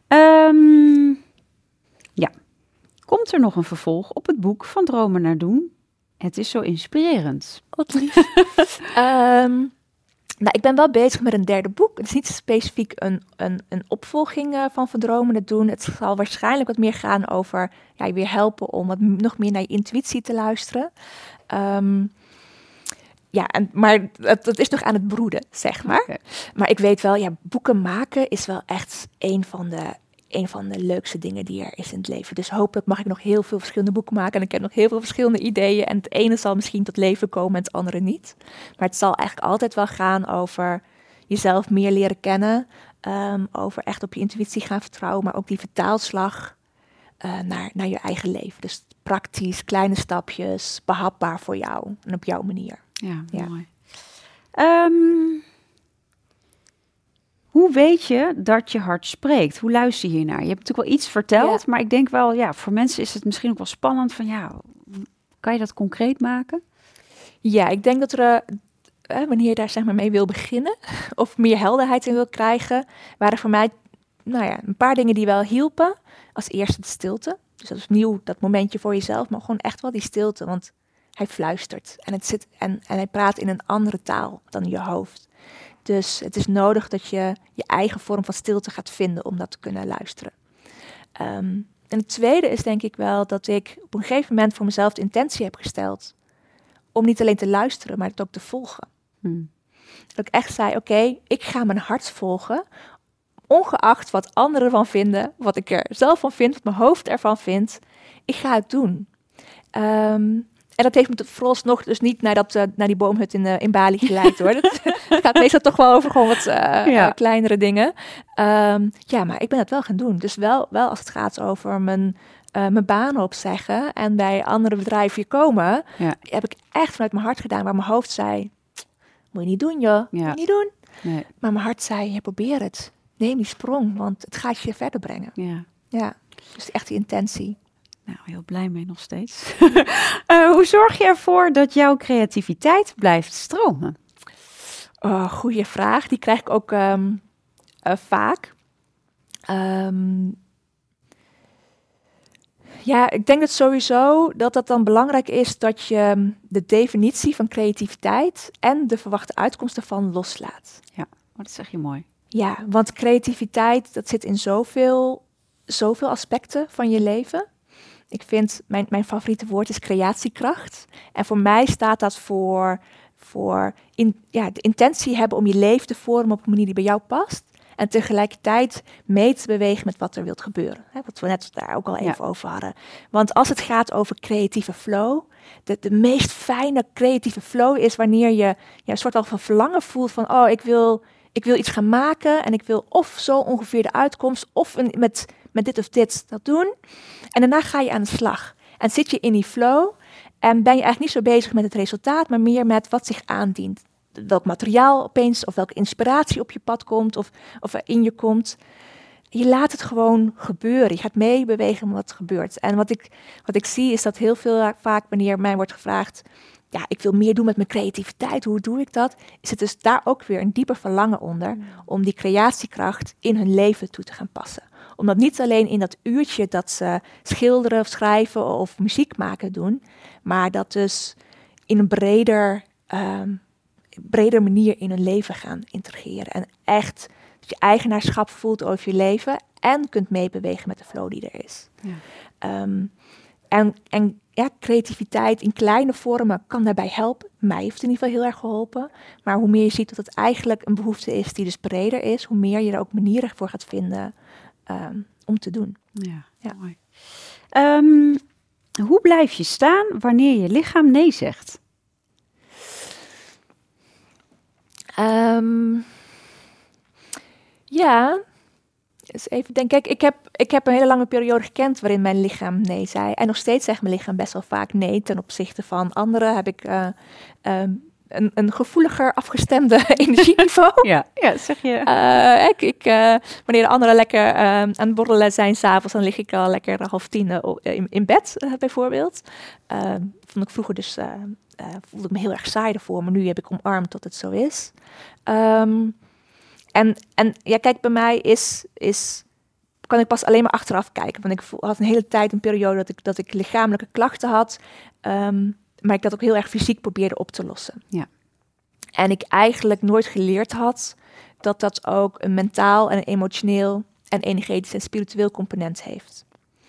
Komt er nog een vervolg op het boek Van Dromen naar Doen? Het is zo inspirerend. Wat lief. Ik ben wel bezig met een derde boek. Het is niet specifiek een opvolging van Dromen naar Doen. Het zal waarschijnlijk wat meer gaan over je weer helpen om nog meer naar je intuïtie te luisteren. Maar het is nog aan het broeden, zeg maar. Okay. Maar ik weet wel, boeken maken is wel echt een van de een van de leukste dingen die er is in het leven. Dus hopelijk mag ik nog heel veel verschillende boeken maken. En ik heb nog heel veel verschillende ideeën. En het ene zal misschien tot leven komen en het andere niet. Maar het zal eigenlijk altijd wel gaan over jezelf meer leren kennen. Over echt op je intuïtie gaan vertrouwen. Maar ook die vertaalslag naar je eigen leven. Dus praktisch, kleine stapjes, behapbaar voor jou. En op jouw manier. Ja. Mooi. Hoe weet je dat je hart spreekt? Hoe luister je hiernaar? Je hebt natuurlijk wel iets verteld, maar ik denk wel, voor mensen is het misschien ook wel spannend van, kan je dat concreet maken? Ja, ik denk dat er, wanneer je daar zeg maar mee wil beginnen, of meer helderheid in wil krijgen, waren voor mij, een paar dingen die wel hielpen. Als eerste de stilte. Dus dat is opnieuw dat momentje voor jezelf, maar gewoon echt wel die stilte, want hij fluistert en hij praat in een andere taal dan je hoofd. Dus het is nodig dat je je eigen vorm van stilte gaat vinden om dat te kunnen luisteren. En het tweede is denk ik wel dat ik op een gegeven moment voor mezelf de intentie heb gesteld om niet alleen te luisteren, maar het ook te volgen. Dat ik echt zei, oké, ik ga mijn hart volgen, ongeacht wat anderen ervan vinden, wat ik er zelf van vind, wat mijn hoofd ervan vindt. Ik ga het doen. En dat heeft me vooralsnog dus niet naar die boomhut in Bali geleid, hoor. Het gaat meestal toch wel over gewoon wat kleinere dingen. Maar ik ben het wel gaan doen. Dus wel als het gaat over mijn baan opzeggen en bij andere bedrijven hier komen, heb ik echt vanuit mijn hart gedaan, waar mijn hoofd zei, moet je niet doen, joh. Moet je niet doen. Nee. Maar mijn hart zei, probeer het. Neem die sprong, want het gaat je verder brengen. Ja. Dus echt die intentie. Nou, heel blij mee nog steeds. Hoe zorg je ervoor dat jouw creativiteit blijft stromen? Goeie vraag. Die krijg ik ook vaak. Ik denk dat sowieso dat dan belangrijk is dat je de definitie van creativiteit en de verwachte uitkomst ervan loslaat. Ja, dat zeg je mooi. Ja, want creativiteit, dat zit in zoveel aspecten van je leven. Ik vind, mijn favoriete woord is creatiekracht. En voor mij staat dat voor de intentie hebben om je leven te vormen op een manier die bij jou past. En tegelijkertijd mee te bewegen met wat er wilt gebeuren. Hè, wat we net daar ook al even over hadden. Want als het gaat over creatieve flow, de meest fijne creatieve flow is wanneer je een soort van verlangen voelt van, ik wil iets gaan maken en ik wil of zo ongeveer de uitkomst of met dit of dit dat doen. En daarna ga je aan de slag. En zit je in die flow en ben je eigenlijk niet zo bezig met het resultaat, maar meer met wat zich aandient. Welk materiaal opeens of welke inspiratie op je pad komt of er in je komt. Je laat het gewoon gebeuren. Je gaat meebewegen met wat er gebeurt. En wat ik zie is dat heel veel vaak wanneer mij wordt gevraagd, ik wil meer doen met mijn creativiteit. Hoe doe ik dat? Is het dus daar ook weer een dieper verlangen onder om die creatiekracht in hun leven toe te gaan passen. Om dat niet alleen in dat uurtje dat ze schilderen of schrijven of muziek maken doen, maar dat dus in een breder manier in hun leven gaan integreren. En echt dat je eigenaarschap voelt over je leven en kunt meebewegen met de flow die er is. Ja. Creativiteit in kleine vormen kan daarbij helpen. Mij heeft het in ieder geval heel erg geholpen. Maar hoe meer je ziet dat het eigenlijk een behoefte is die dus breder is, hoe meer je er ook manieren voor gaat vinden om te doen. Ja. Mooi. Hoe blijf je staan wanneer je lichaam nee zegt? Dus even denk ik heb een hele lange periode gekend waarin mijn lichaam nee zei. En nog steeds zegt mijn lichaam best wel vaak nee ten opzichte van anderen. Heb ik een gevoeliger afgestemde energieniveau. Ja, zeg je. Wanneer de anderen lekker aan het borrelen zijn 's avonds, dan lig ik al lekker 9:30 in bed, bijvoorbeeld. Vond ik vroeger dus, voelde ik me heel erg saai ervoor, maar nu heb ik omarmd dat het zo is. Bij mij kan ik pas alleen maar achteraf kijken. Want ik had een hele tijd, een periode dat ik lichamelijke klachten had. Maar ik dat ook heel erg fysiek probeerde op te lossen. Ja. En ik eigenlijk nooit geleerd had dat ook een mentaal en een emotioneel en energetisch en spiritueel component heeft.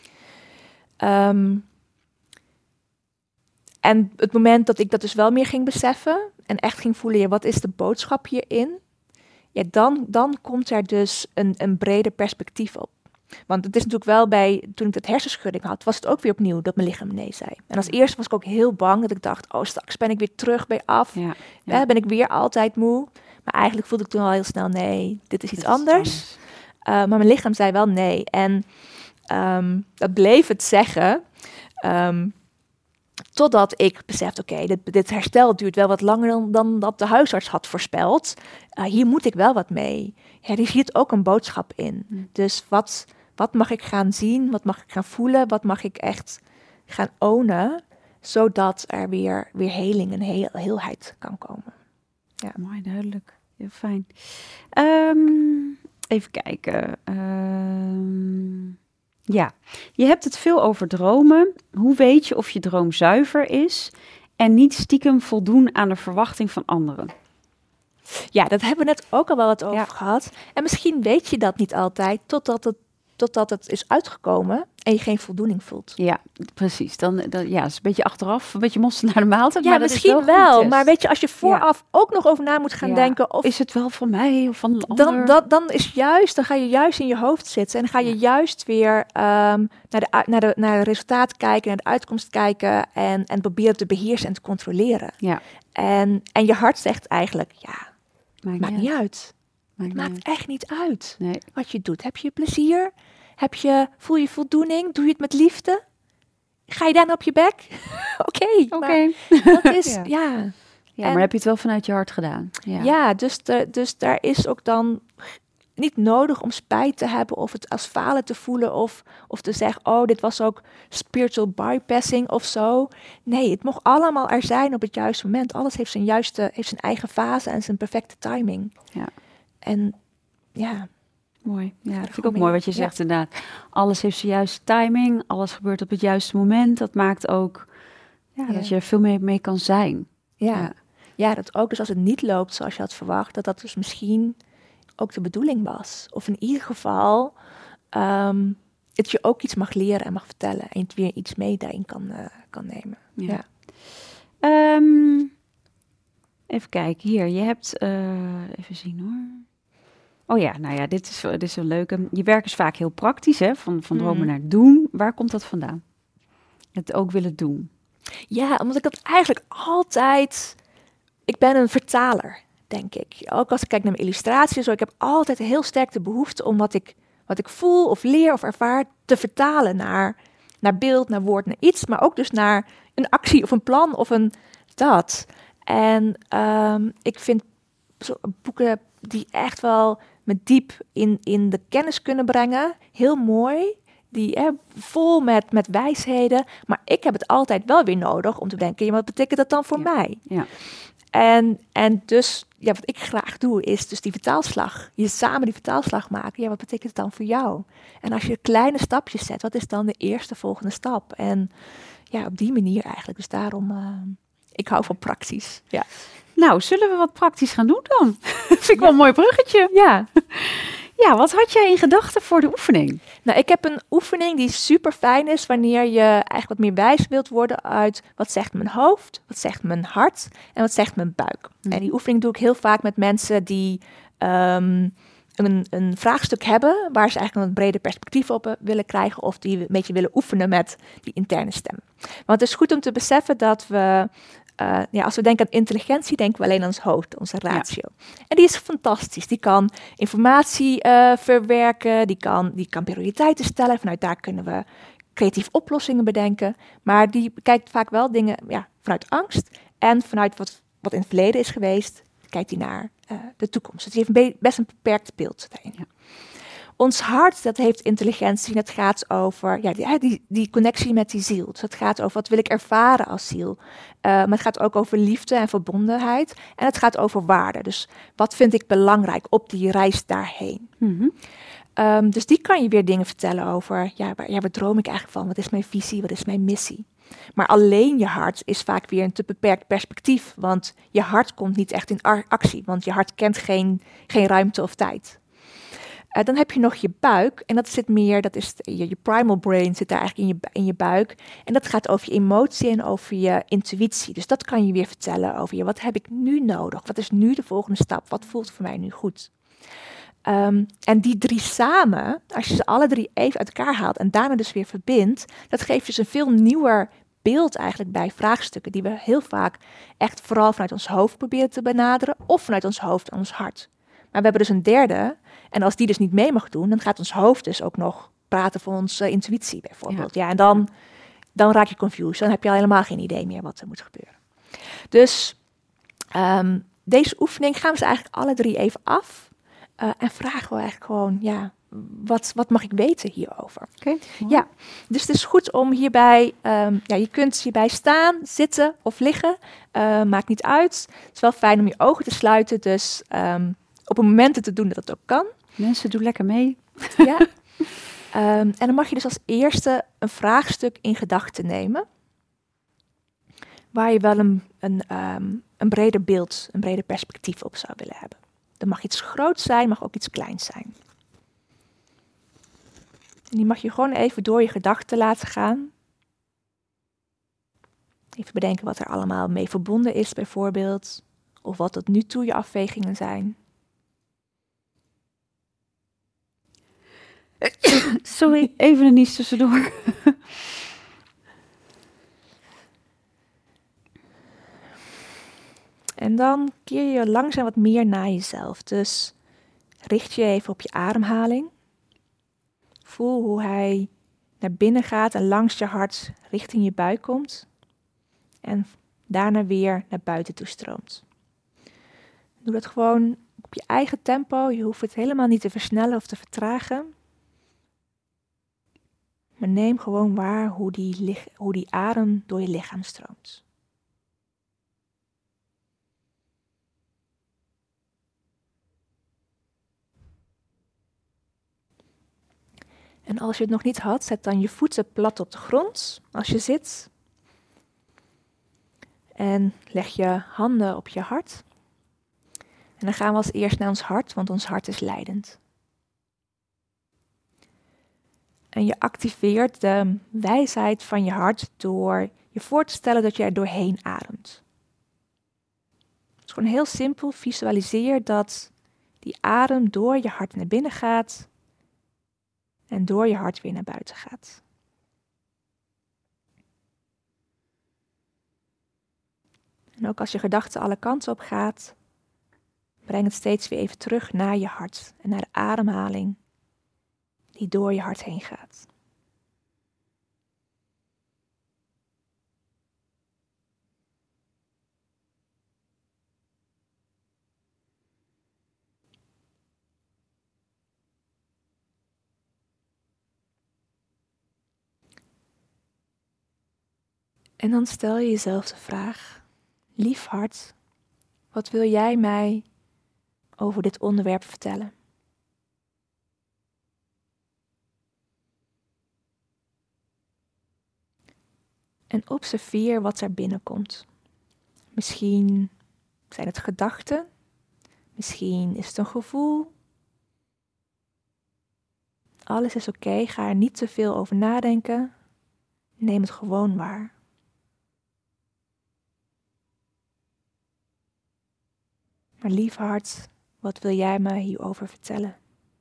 En het moment dat ik dat dus wel meer ging beseffen en echt ging voelen, wat is de boodschap hierin? Ja, dan komt er dus een breder perspectief op. Want het is natuurlijk wel toen ik het hersenschudding had, was het ook weer opnieuw dat mijn lichaam nee zei. En als eerste was ik ook heel bang dat ik dacht, straks ben ik weer terug bij af. Ja. Ben ik weer altijd moe. Maar eigenlijk voelde ik toen al heel snel, nee, dit is iets anders. Maar mijn lichaam zei wel nee. En dat bleef het zeggen. Totdat ik besefte, oké, dit herstel duurt wel wat langer dan dat de huisarts had voorspeld. Hier moet ik wel wat mee. Ja, er zit ook een boodschap in. Dus wat mag ik gaan zien? Wat mag ik gaan voelen? Wat mag ik echt gaan ownen? Zodat er weer heling en heelheid kan komen. Ja. Mooi, duidelijk. Heel fijn. Even kijken. Ja, je hebt het veel over dromen. Hoe weet je of je droom zuiver is en niet stiekem voldoen aan de verwachting van anderen? Ja, dat hebben we net ook al wel wat over gehad. En misschien weet je dat niet altijd totdat het is uitgekomen en je geen voldoening voelt. Ja, precies. Dan is een beetje achteraf, een beetje mosterd naar de maaltijd. Ja, maar misschien wel. Maar weet je, als je vooraf ook nog over na moet gaan denken, of is het wel van mij of van een ander? Dan ga je juist in je hoofd zitten en dan ga je juist weer naar de resultaat kijken, naar de uitkomst kijken en proberen te beheersen en te controleren. Ja. En je hart zegt eigenlijk, maakt niet uit. Maakt echt niet uit wat je doet. Heb je plezier? Voel je voldoening? Doe je het met liefde? Ga je dan op je bek? Oké. Dat is, ja, maar heb je het wel vanuit je hart gedaan? Ja, dus daar is ook dan niet nodig om spijt te hebben of het als falen te voelen of te zeggen, dit was ook spiritual bypassing of zo. Nee, het mocht allemaal er zijn op het juiste moment. Alles heeft zijn eigen fase en zijn perfecte timing. Ja. En ja. Mooi. Ja, dat vind ik ook mooi wat je zegt inderdaad. Alles heeft zijn juiste timing. Alles gebeurt op het juiste moment. Dat maakt ook dat je er veel mee kan zijn. Ja, dat ook. Dus als het niet loopt zoals je had verwacht, dat dus misschien ook de bedoeling was. Of in ieder geval dat je ook iets mag leren en mag vertellen. En het weer iets mee daarin kan nemen. Ja. Even kijken. Hier, je hebt... even zien hoor. Oh ja, nou ja, dit is een leuke. Je werk is vaak heel praktisch, hè? Van dromen naar doen. Waar komt dat vandaan? Het ook willen doen. Ja, omdat ik dat eigenlijk altijd... Ik ben een vertaler, denk ik. Ook als ik kijk naar mijn illustraties. Ik heb altijd heel sterk de behoefte om wat ik voel of leer of ervaar te vertalen naar beeld, naar woord, naar iets. Maar ook dus naar een actie of een plan of een dat. En ik vind boeken die echt wel me diep in de kennis kunnen brengen. Heel mooi. Die vol met wijsheden. Maar ik heb het altijd wel weer nodig om te denken, wat betekent dat dan voor mij? Ja. En dus, wat ik graag doe, is dus die vertaalslag. Je samen die vertaalslag maken. Ja, wat betekent het dan voor jou? En als je kleine stapjes zet, wat is dan de eerste volgende stap? En op die manier eigenlijk. Dus daarom, ik hou van praktisch. Ja. Nou, zullen we wat praktisch gaan doen dan? Vind ik wel een mooi bruggetje. Ja. Ja, wat had jij in gedachten voor de oefening? Nou, ik heb een oefening die super fijn is wanneer je eigenlijk wat meer wijs wilt worden uit wat zegt mijn hoofd, wat zegt mijn hart en wat zegt mijn buik. En die oefening doe ik heel vaak met mensen die een vraagstuk hebben waar ze eigenlijk een breder perspectief op willen krijgen of die een beetje willen oefenen met die interne stem. Want het is goed om te beseffen dat we... als we denken aan intelligentie, denken we alleen aan ons hoofd, onze ratio. Ja. En die is fantastisch. Die kan informatie verwerken, die kan prioriteiten stellen. Vanuit daar kunnen we creatieve oplossingen bedenken. Maar die kijkt vaak wel dingen vanuit angst. En vanuit wat in het verleden is geweest, kijkt hij naar de toekomst. Dus die heeft best een beperkt beeld daarin. Ja. Ons hart, dat heeft intelligentie. Dat gaat over die connectie met die ziel. Dus het gaat over wat wil ik ervaren als ziel. Maar het gaat ook over liefde en verbondenheid. En het gaat over waarde. Dus wat vind ik belangrijk op die reis daarheen. Mm-hmm. Dus die kan je weer dingen vertellen over... waar droom ik eigenlijk van? Wat is mijn visie? Wat is mijn missie? Maar alleen je hart is vaak weer een te beperkt perspectief. Want je hart komt niet echt in actie. Want je hart kent geen ruimte of tijd. Dan heb je nog je buik. En dat is je primal brain zit daar eigenlijk in je buik. En dat gaat over je emotie en over je intuïtie. Dus dat kan je weer vertellen over wat heb ik nu nodig? Wat is nu de volgende stap? Wat voelt voor mij nu goed? En die 3 samen, als je ze alle 3 even uit elkaar haalt en daarna dus weer verbindt, dat geeft dus een veel nieuwer beeld eigenlijk bij vraagstukken die we heel vaak echt vooral vanuit ons hoofd proberen te benaderen of vanuit ons hoofd en ons hart. Maar we hebben dus een derde en als die dus niet mee mag doen, dan gaat ons hoofd dus ook nog praten voor onze intuïtie bijvoorbeeld. Ja, en dan raak je confused, dan heb je al helemaal geen idee meer wat er moet gebeuren. Dus deze oefening gaan we ze eigenlijk alle 3 even af. En vragen we eigenlijk gewoon, wat mag ik weten hierover? Oké. Ja, dus het is goed om hierbij, je kunt hierbij staan, zitten of liggen. Maakt niet uit. Het is wel fijn om je ogen te sluiten, dus op een momenten te doen dat het ook kan. Mensen, doe lekker mee. Ja. En dan mag je dus als eerste een vraagstuk in gedachten nemen. Waar je wel een breder beeld, een breder perspectief op zou willen hebben. Er mag iets groots zijn, mag ook iets kleins zijn. En die mag je gewoon even door je gedachten laten gaan. Even bedenken wat er allemaal mee verbonden is bijvoorbeeld. Of wat tot nu toe je afwegingen zijn. Sorry, even een nies tussendoor. En dan keer je langzaam wat meer naar jezelf. Dus richt je even op je ademhaling. Voel hoe hij naar binnen gaat en langs je hart richting je buik komt. En daarna weer naar buiten toe stroomt. Doe dat gewoon op je eigen tempo. Je hoeft het helemaal niet te versnellen of te vertragen. Maar neem gewoon waar hoe die adem door je lichaam stroomt. En als je het nog niet had, zet dan je voeten plat op de grond als je zit. En leg je handen op je hart. En dan gaan we als eerst naar ons hart, want ons hart is leidend. En je activeert de wijsheid van je hart door je voor te stellen dat je er doorheen ademt. Het is gewoon heel simpel. Visualiseer dat die adem door je hart naar binnen gaat en door je hart weer naar buiten gaat. En ook als je gedachte alle kanten op gaat, breng het steeds weer even terug naar je hart en naar de ademhaling die door je hart heen gaat. En dan stel je jezelf de vraag: lief hart, wat wil jij mij over dit onderwerp vertellen? En observeer wat er binnenkomt. Misschien zijn het gedachten, misschien is het een gevoel. Alles is oké, ga er niet te veel over nadenken. Neem het gewoon waar. Maar lief hart, wat wil jij me hierover vertellen?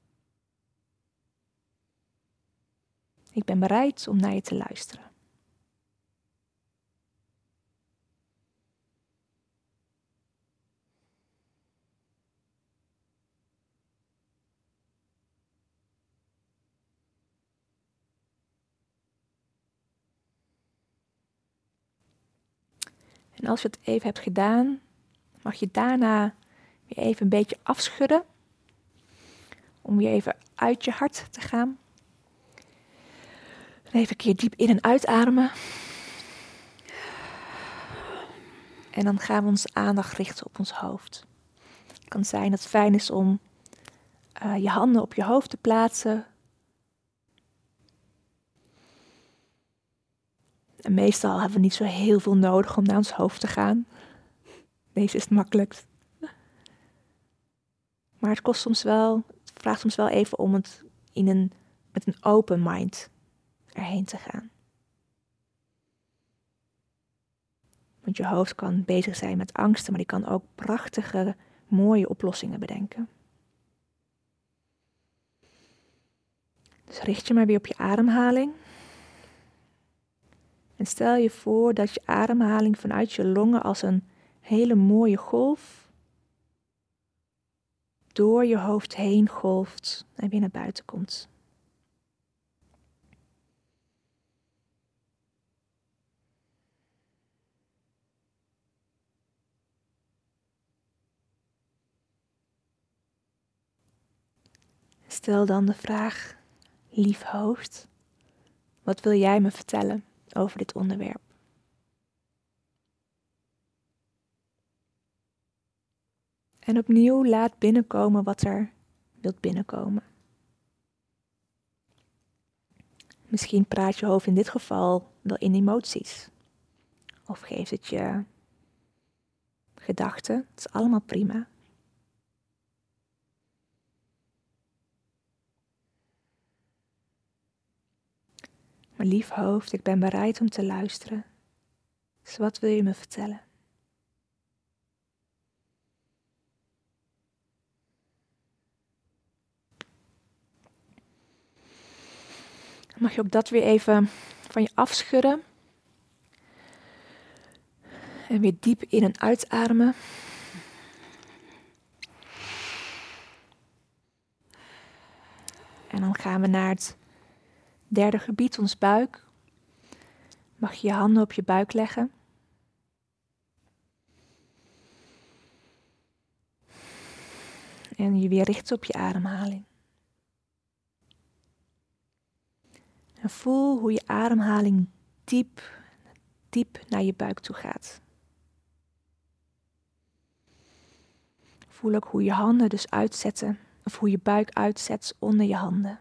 Ik ben bereid om naar je te luisteren. En als je het even hebt gedaan, mag je daarna weer even een beetje afschudden. Om weer even uit je hart te gaan. En even een keer diep in- en uitademen. En dan gaan we onze aandacht richten op ons hoofd. Het kan zijn dat het fijn is om je handen op je hoofd te plaatsen. En meestal hebben we niet zo heel veel nodig om naar ons hoofd te gaan. Deze is het makkelijkst. Maar het vraagt soms wel even om het met een open mind erheen te gaan. Want je hoofd kan bezig zijn met angsten, maar die kan ook prachtige, mooie oplossingen bedenken. Dus richt je maar weer op je ademhaling. En stel je voor dat je ademhaling vanuit je longen als een hele mooie golf door je hoofd heen golft en weer naar buiten komt. Stel dan de vraag, lief hoofd, wat wil jij me vertellen over dit onderwerp? En opnieuw laat binnenkomen wat er wilt binnenkomen. Misschien praat je hoofd in dit geval wel in emoties. Of geeft het je gedachten. Het is allemaal prima. Maar lief hoofd, ik ben bereid om te luisteren. Dus wat wil je me vertellen? Mag je ook dat weer even van je afschudden. En weer diep in- en uitademen. En dan gaan we naar het derde gebied, ons buik. Mag je je handen op je buik leggen. En je weer richten op je ademhaling. En voel hoe je ademhaling diep naar je buik toe gaat. Voel ook hoe je handen dus uitzetten, of hoe je buik uitzet onder je handen.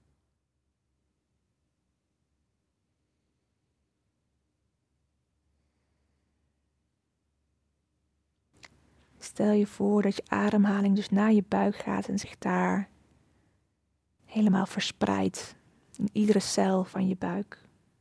Stel je voor dat je ademhaling dus naar je buik gaat en zich daar helemaal verspreidt in iedere cel van je buik.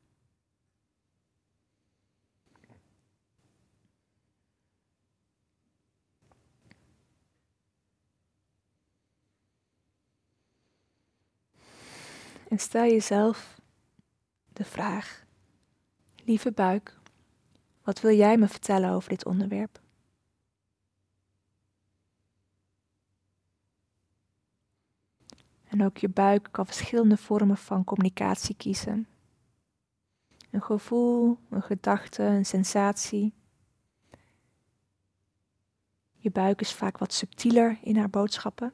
En stel jezelf de vraag, lieve buik, wat wil jij me vertellen over dit onderwerp? En ook je buik kan verschillende vormen van communicatie kiezen. Een gevoel, een gedachte, een sensatie. Je buik is vaak wat subtieler in haar boodschappen.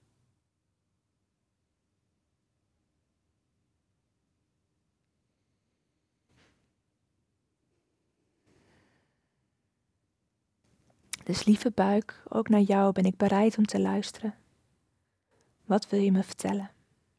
Dus lieve buik, ook naar jou ben ik bereid om te luisteren. Wat wil je me vertellen?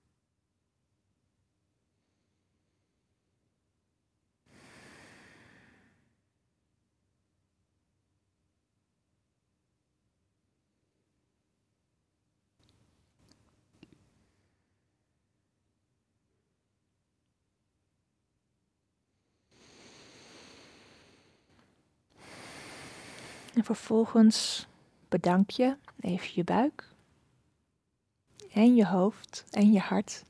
En vervolgens bedank je even je buik en je hoofd en je hart.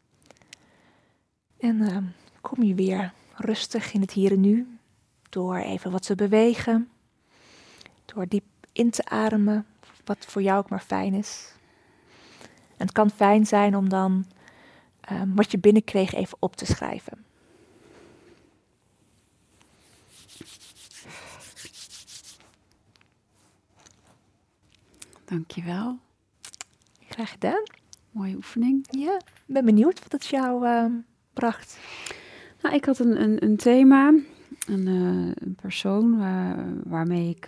En kom je weer rustig in het hier en nu door even wat te bewegen, door diep in te ademen, wat voor jou ook maar fijn is. En het kan fijn zijn om dan wat je binnenkreeg even op te schrijven. Dankjewel. Graag gedaan. Mooie oefening. Ja, ik ben benieuwd wat het jou bracht. Nou, ik had een thema, een persoon waarmee ik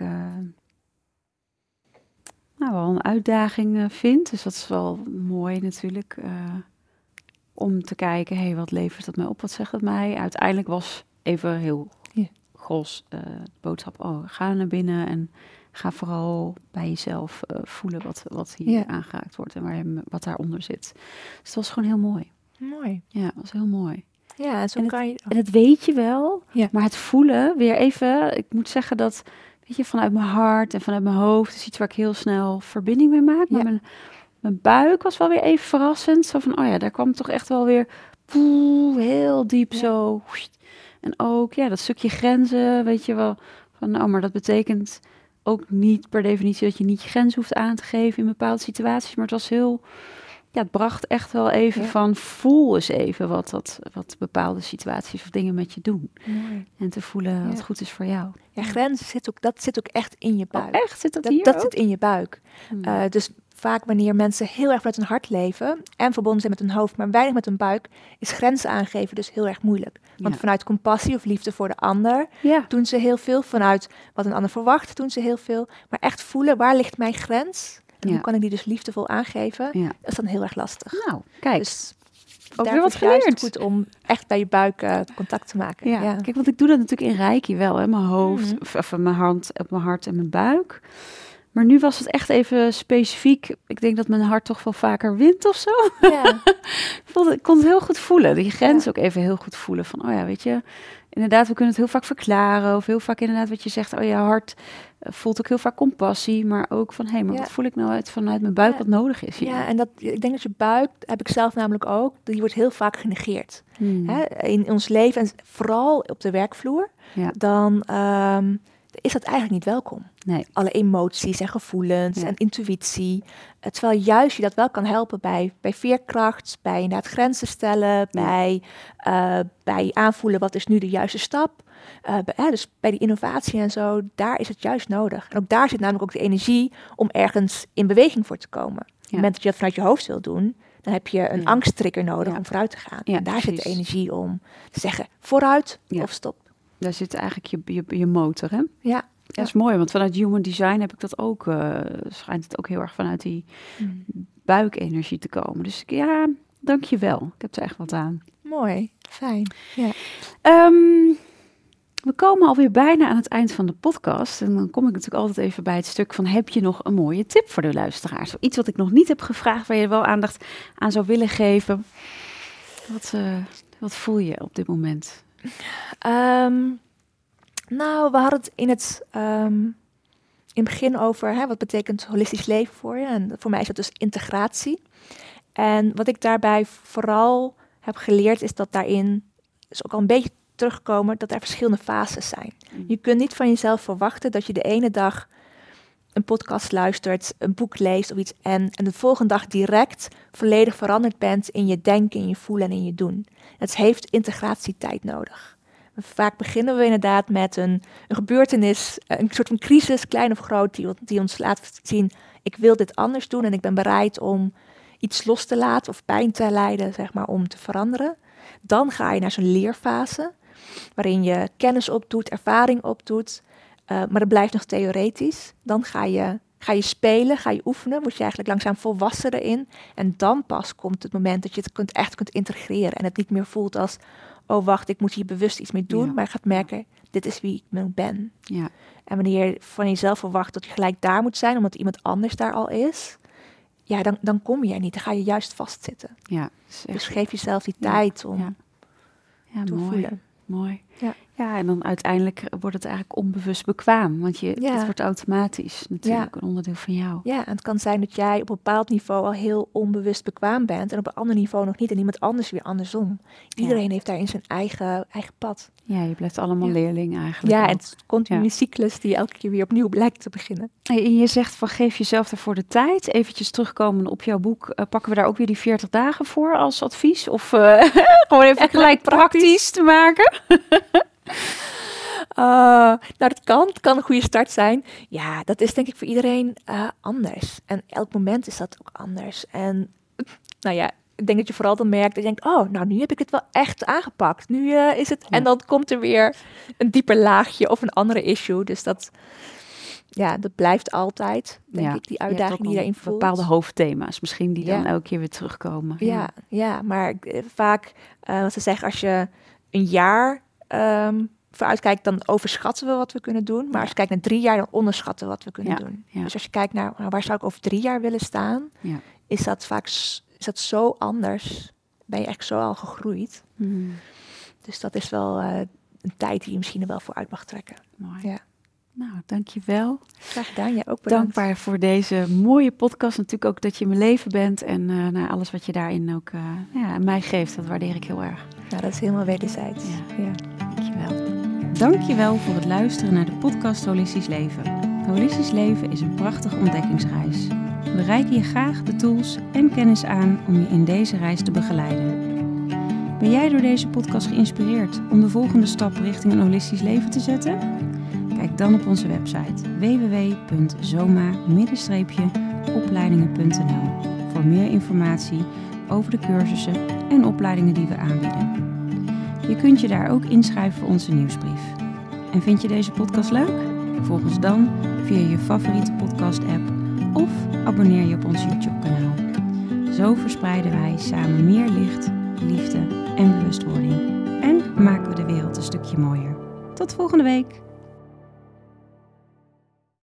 wel een uitdaging vind. Dus dat is wel mooi natuurlijk. Om te kijken, hey, wat levert dat mij op? Wat zegt het mij? Uiteindelijk was even heel gros de boodschap. Ga naar binnen en ga vooral bij jezelf voelen wat hier aangeraakt wordt en wat daaronder zit. Dus het was gewoon heel mooi. Mooi. Ja, het was heel mooi. Ja, en zo kan je... En het weet je wel, maar het voelen, weer even... Ik moet zeggen dat, weet je, vanuit mijn hart en vanuit mijn hoofd is iets waar ik heel snel verbinding mee maak. Maar Mijn buik was wel weer even verrassend. Zo van, oh ja, daar kwam toch echt wel weer heel diep zo. En ook, ja, dat stukje grenzen, weet je wel. Van, oh, maar dat betekent ook niet per definitie dat je niet je grens hoeft aan te geven in bepaalde situaties. Maar het was heel, ja, het bracht echt wel even van, voel eens even wat bepaalde situaties of dingen met je doen. Mooi. En te voelen wat goed is voor jou. Ja, grenzen zit ook echt in je buik. Oh, echt? Zit dat hier Dat ook? zit in je buik. Dus vaak wanneer mensen heel erg vanuit hun hart leven en verbonden zijn met hun hoofd, maar weinig met hun buik, is grenzen aangeven dus heel erg moeilijk. Want vanuit compassie of liefde voor de ander doen ze heel veel. Vanuit wat een ander verwacht doen ze heel veel. Maar echt voelen, waar ligt mijn grens? En hoe kan ik die dus liefdevol aangeven? Dat is dan heel erg lastig. Nou, kijk. Dus ook weer wat geleerd. Het goed om echt bij je buik contact te maken. Ja, kijk, want ik doe dat natuurlijk in Reiki wel. Hè? Mijn hoofd, of mijn hand op mijn hart en mijn buik. Maar nu was het echt even specifiek. Ik denk dat mijn hart toch wel vaker wint of zo. Ja. Ik kon het heel goed voelen. Die grens ook even heel goed voelen. Van, oh ja, weet je, inderdaad, we kunnen het heel vaak verklaren. Of heel vaak inderdaad wat je zegt. Oh, je hart voelt ook heel vaak compassie. Maar ook van, hé, maar wat voel ik nou vanuit mijn buik wat nodig is hier? Ja, en ik denk dat je buik, heb ik zelf namelijk ook, die wordt heel vaak genegeerd. Hè? In ons leven, en vooral op de werkvloer, dan is dat eigenlijk niet welkom. Nee. Alle emoties en gevoelens en intuïtie. Terwijl juist je dat wel kan helpen bij veerkracht, bij inderdaad grenzen stellen, bij aanvoelen wat is nu de juiste stap. Dus bij die innovatie en zo, daar is het juist nodig. En ook daar zit namelijk ook de energie om ergens in beweging voor te komen. Op het moment dat je dat vanuit je hoofd wil doen, dan heb je een angsttrigger nodig om vooruit te gaan. En daar zit de energie om te zeggen vooruit of stop. Daar zit eigenlijk je motor, hè? Ja. Dat is mooi, want vanuit Human Design heb ik dat ook, schijnt het ook heel erg vanuit die buikenergie te komen. Dus ja, dank je wel. Ik heb er echt wat aan. Mooi, fijn. Ja. We komen alweer bijna aan het eind van de podcast. En dan kom ik natuurlijk altijd even bij het stuk van, heb je nog een mooie tip voor de luisteraars? Of iets wat ik nog niet heb gevraagd, waar je wel aandacht aan zou willen geven. Wat voel je op dit moment? Nou, we hadden het in het begin over wat betekent holistisch leven voor je. En voor mij is dat dus integratie. En wat ik daarbij vooral heb geleerd is dat daarin, is ook al een beetje terugkomen, dat er verschillende fases zijn. Je kunt niet van jezelf verwachten dat je de ene dag een podcast luistert, een boek leest of iets en de volgende dag direct volledig veranderd bent in je denken, in je voelen en in je doen. Het heeft integratietijd nodig. Vaak beginnen we inderdaad met een gebeurtenis, een soort van crisis, klein of groot, die ons laat zien, ik wil dit anders doen en ik ben bereid om iets los te laten of pijn te lijden, zeg maar, om te veranderen. Dan ga je naar zo'n leerfase, waarin je kennis opdoet, ervaring opdoet, maar dat blijft nog theoretisch. Dan ga je spelen, ga je oefenen, word je eigenlijk langzaam volwassen erin. En dan pas komt het moment dat je het echt kunt integreren en het niet meer voelt als, oh wacht, ik moet hier bewust iets mee doen, maar je gaat merken, dit is wie ik ben. Ja. En wanneer je van jezelf verwacht dat je gelijk daar moet zijn, omdat iemand anders daar al is, ja, dan kom je er niet. Dan ga je juist vastzitten. Ja, dus geef jezelf die tijd om te voelen. Mooi. Ja, en dan uiteindelijk wordt het eigenlijk onbewust bekwaam. Want het wordt automatisch natuurlijk een onderdeel van jou. Ja, en het kan zijn dat jij op een bepaald niveau al heel onbewust bekwaam bent en op een ander niveau nog niet en iemand anders weer andersom. Iedereen heeft daarin zijn eigen pad. Ja, je blijft allemaal leerling eigenlijk. Ja, en het is een continue cyclus die elke keer weer opnieuw blijkt te beginnen. En je zegt van geef jezelf daarvoor de tijd. Eventjes terugkomen op jouw boek. Pakken we daar ook weer die 40 dagen voor als advies? Of gewoon even gelijk praktisch te maken? Nou, dat kan. Het kan een goede start zijn. Ja, dat is denk ik voor iedereen anders. En elk moment is dat ook anders. En nou ja, ik denk dat je vooral dan merkt dat je denkt, oh, nou nu heb ik het wel echt aangepakt. Nu is het... Ja. En dan komt er weer een dieper laagje of een andere issue. Dus dat blijft altijd, denk ik, die uitdaging die je daarin voelt. Bepaalde hoofdthema's misschien die dan elke keer weer terugkomen. Ja, maar vaak, wat ze zeggen, als je een jaar vooruit kijkt, dan overschatten we wat we kunnen doen. Maar als je kijkt naar 3 jaar, dan onderschatten we wat we kunnen doen. Ja. Dus als je kijkt naar waar zou ik over 3 jaar willen staan, is dat vaak zo anders. Ben je echt zo al gegroeid. Dus dat is wel een tijd die je misschien er wel voor uit mag trekken. Mooi. Ja. Nou, dankjewel. Graag gedaan, jij ook bedankt. Dankbaar voor deze mooie podcast. Natuurlijk ook dat je in mijn leven bent en alles wat je daarin ook aan mij geeft. Dat waardeer ik heel erg. Nou, dat is helemaal wederzijds. Ja. Dankjewel. Dankjewel voor het luisteren naar de podcast Holistisch Leven. Holistisch Leven is een prachtige ontdekkingsreis. We reiken je graag de tools en kennis aan om je in deze reis te begeleiden. Ben jij door deze podcast geïnspireerd om de volgende stap richting een holistisch leven te zetten? Kijk dan op onze website www.zoma-opleidingen.nl voor meer informatie over de cursussen en opleidingen die we aanbieden. Je kunt je daar ook inschrijven voor onze nieuwsbrief. En vind je deze podcast leuk? Volg ons dan via je favoriete podcast-app of abonneer je op ons YouTube-kanaal. Zo verspreiden wij samen meer licht, liefde en bewustwording. En maken we de wereld een stukje mooier. Tot volgende week!